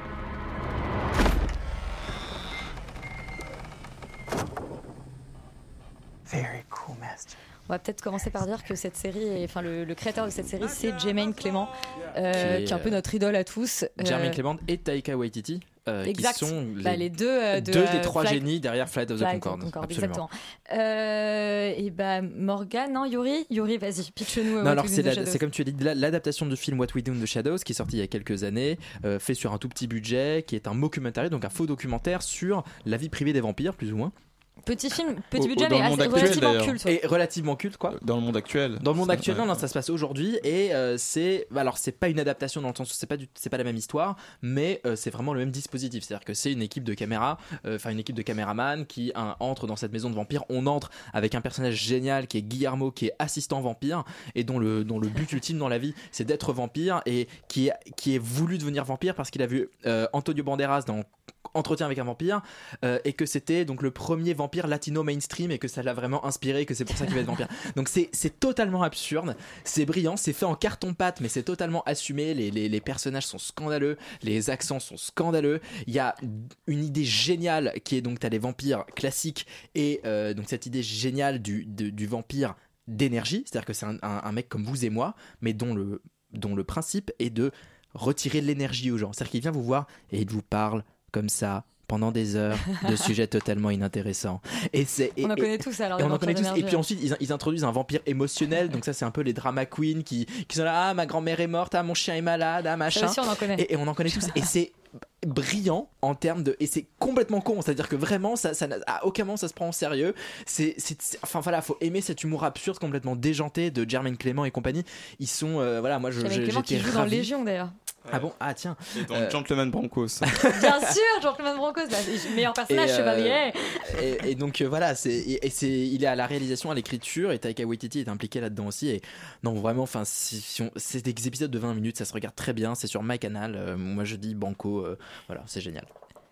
Very cool, Master. On va peut-être commencer par dire que cette série, est, enfin le, le créateur de cette série, c'est Jermaine Clement, euh, qui, est, qui est un peu notre idole à tous. Jermaine euh, Clement et Taika Waititi. Euh, exact. Qui sont les, bah, les deux, euh, de, deux euh, des trois Flight, génies derrière Flight of the Flight Concorde. Concorde Absolument. Exactement. Euh, et bah Morgane, non Yuri, Yuri, vas-y, pitch-nous. Non, alors c'est, la, c'est comme tu as dit, l'adaptation du film What We Do in the Shadows qui est sorti il y a quelques années, euh, fait sur un tout petit budget, qui est un mockumentary, donc un faux documentaire sur la vie privée des vampires, plus ou moins. Petit film, petit Au- budget, dans mais le monde assez, actuel, relativement d'ailleurs. culte. Ouais. Et relativement culte, quoi. Dans le monde actuel. Dans le monde Ça, actuel, ouais. non, non, ça se passe aujourd'hui et euh, c'est, alors c'est pas une adaptation dans le sens où c'est pas du, c'est pas la même histoire, mais euh, c'est vraiment le même dispositif. C'est-à-dire que c'est une équipe de caméra, enfin euh, une équipe de caméramans qui un, entre dans cette maison de vampires. On entre avec un personnage génial qui est Guillermo, qui est assistant vampire et dont le dont le but ultime dans la vie c'est d'être vampire et qui est qui est voulu devenir vampire parce qu'il a vu euh, Antonio Banderas dans Entretien avec un vampire euh, et que c'était donc le premier vampire latino mainstream et que ça l'a vraiment inspiré, que c'est pour ça qu'il va être vampire. Donc c'est, c'est totalement absurde, c'est brillant, c'est fait en carton-pâte mais c'est totalement assumé, les, les, les personnages sont scandaleux, les accents sont scandaleux, il y a une idée géniale qui est donc t'as les vampires classiques et euh, donc cette idée géniale du, de, du vampire d'énergie, c'est-à-dire que c'est un, un, un mec comme vous et moi mais dont le, dont le principe est de retirer l'énergie aux gens, c'est-à-dire qu'il vient vous voir et il vous parle comme ça pendant des heures de sujets totalement inintéressants et c'est et, on en et, connaît tous alors et on en connaît tous et puis ensuite ils, ils introduisent un vampire émotionnel donc ça c'est un peu les drama queens qui, qui sont là ah ma grand-mère est morte ah mon chien est malade ah machin ça aussi, on en connaît. Et, et on en connaît tous et c'est brillant en termes de et c'est complètement con, c'est à dire que vraiment ça, ça à aucun moment ça se prend au sérieux, c'est, c'est, c'est enfin voilà, faut aimer cet humour absurde complètement déjanté de Jermaine Clement et compagnie. Ils sont euh, voilà, moi je, Jermaine je, Clement j'étais qui joue ravi. dans Légion d'ailleurs. Ah bon, ah tiens. Et dans Euh, Gentleman Broncos. Bien sûr, Gentleman Broncos, bah, meilleur personnage, Et, euh, chevalier. et, et donc euh, voilà, c'est, et, et c'est, il est à la réalisation, à l'écriture, et Taika Waititi est impliqué là-dedans aussi. Et non, vraiment, enfin, si, si on, c'est des épisodes de vingt minutes, ça se regarde très bien. C'est sur MyCanal. Euh, moi, je dis banco. Euh, voilà, c'est génial.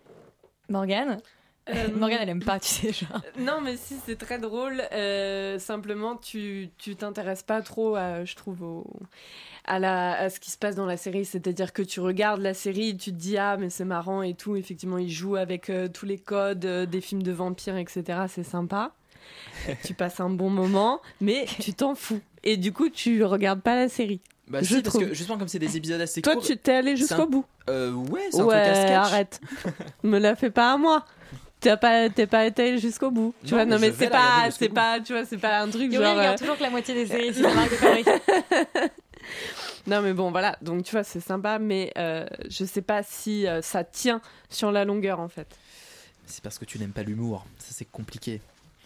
Morgane. Euh, Morgane, elle aime pas, tu sais, genre. Non, mais si, c'est très drôle. Euh, simplement, tu, tu t'intéresses pas trop, à, je trouve, au, à, la, à ce qui se passe dans la série. C'est-à-dire que tu regardes la série, tu te dis, ah, mais c'est marrant et tout. Effectivement, ils jouent avec euh, tous les codes euh, des films de vampires, et cetera. C'est sympa. Tu passes un bon moment, mais tu t'en fous. Et du coup, tu regardes pas la série. Bah, je si, parce trouve. que justement, comme c'est des épisodes assez Toi, courts. tu t'es allé jusqu'au c'est un- bout. Euh, ouais, c'est un Ouais, truc à sketch. arrête. Me la fais pas à moi. T'as pas, t'es pas été jusqu'au bout. Tu Non, vois, mais non, je mais vais c'est la regarder pas, jusqu'au c'est bout. pas, tu vois, c'est pas un truc Yuri genre. regarde euh, toujours que la moitié des séries, c'est marque de conneries. Non, mais bon, voilà. Donc, tu vois, c'est sympa, mais euh, je sais pas si euh, ça tient sur la longueur, en fait. C'est parce que tu n'aimes pas l'humour. Ça, c'est compliqué.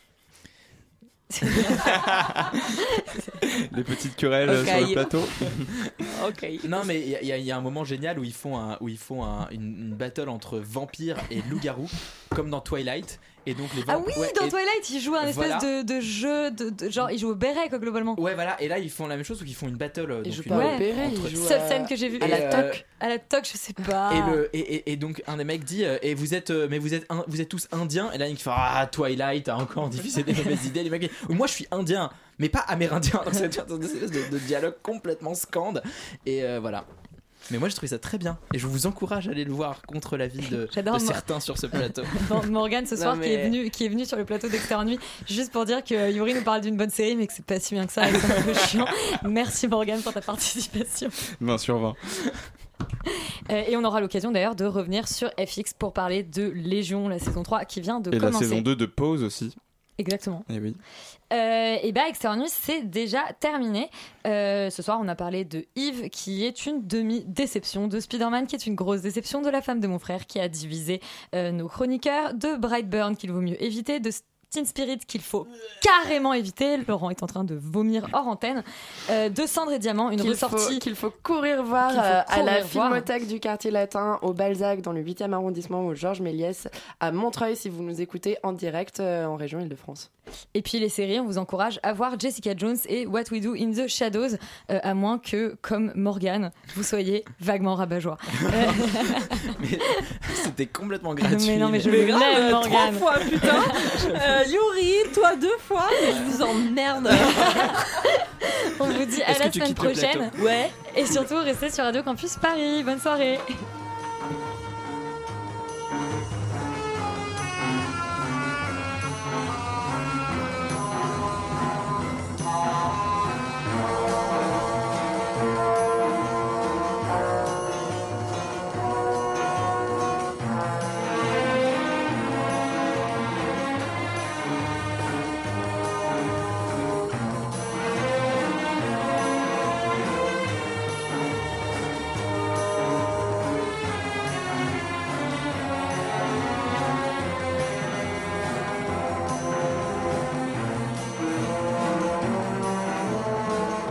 Les petites querelles Ok. sur le plateau. Ok. Non, mais il y, a- il y a un moment génial où ils font, un, où ils font un- une, une battle entre vampires et loups-garous, comme dans Twilight. Et donc les Ah vamp- oui, ouais, dans et- Twilight, il joue un espèce Voilà. de, de jeu, de, de- genre il joue au béret quoi globalement. Ouais, voilà. Et là, ils font la même chose où ils font une battle. euh, Il donc joue une- pas au béret, entre- il joue Seule à- scène que j'ai vue. à la toque. À la toque, je sais pas. Et, le, et, et, et donc un des mecs dit euh, et vous êtes euh, mais vous êtes un- vous êtes tous indiens et là il fait ah Twilight a encore diffusé des mauvaises idées les mecs disent, moi je suis indien mais pas amérindien donc c'est une espèce de, de dialogue complètement scande et euh, voilà. Mais moi j'ai trouvé ça très bien et je vous encourage à aller le voir contre l'avis de, J'adore, de moi. certains sur ce plateau. Bon, Morgane ce Non, soir mais- qui, est venu, qui est venu sur le plateau d'Extérieur Nuit juste pour dire que Yuri nous parle d'une bonne série mais que c'est pas si bien que ça et que c'est un peu chiant. Merci Morgane pour ta participation. vingt sur vingt. Euh, et on aura l'occasion d'ailleurs de revenir sur F X pour parler de Légion, la saison trois qui vient de Et la commencer. saison deux de Pause aussi. Exactement. Eh oui. Euh, et bah Extérieur Nuit c'est déjà terminé. Euh, ce soir on a parlé de Eve qui est une demi-déception, de Spider-Man qui est une grosse déception, de La femme de mon frère qui a divisé euh, nos chroniqueurs, de Brightburn qu'il vaut mieux éviter, de Teen Spirit qu'il faut carrément éviter. Laurent est en train de vomir hors antenne. Euh, de Cendre et Diamant, une Qu'il ressortie faut, qu'il faut courir voir Qu'il faut euh, à la courir voir. Filmothèque du quartier latin au Balzac dans le huitième arrondissement au Georges Méliès à Montreuil si vous nous écoutez en direct euh, en région Île-de-France. Et puis les séries, on vous encourage à voir Jessica Jones et What We Do in the Shadows, euh, à moins que, comme Morgane, vous soyez vaguement rabat-joie. Euh, Mais c'était complètement gratuit. mais non, mais je Mais me grave, lève, euh, Morgane. trois fois, putain. Euh, Yuri, toi deux fois, mais je vous emmerde. On vous dit à Est-ce la que tu semaine quittes le prochaine. plateau Ouais. Et surtout, restez sur Radio Campus Paris. Bonne soirée.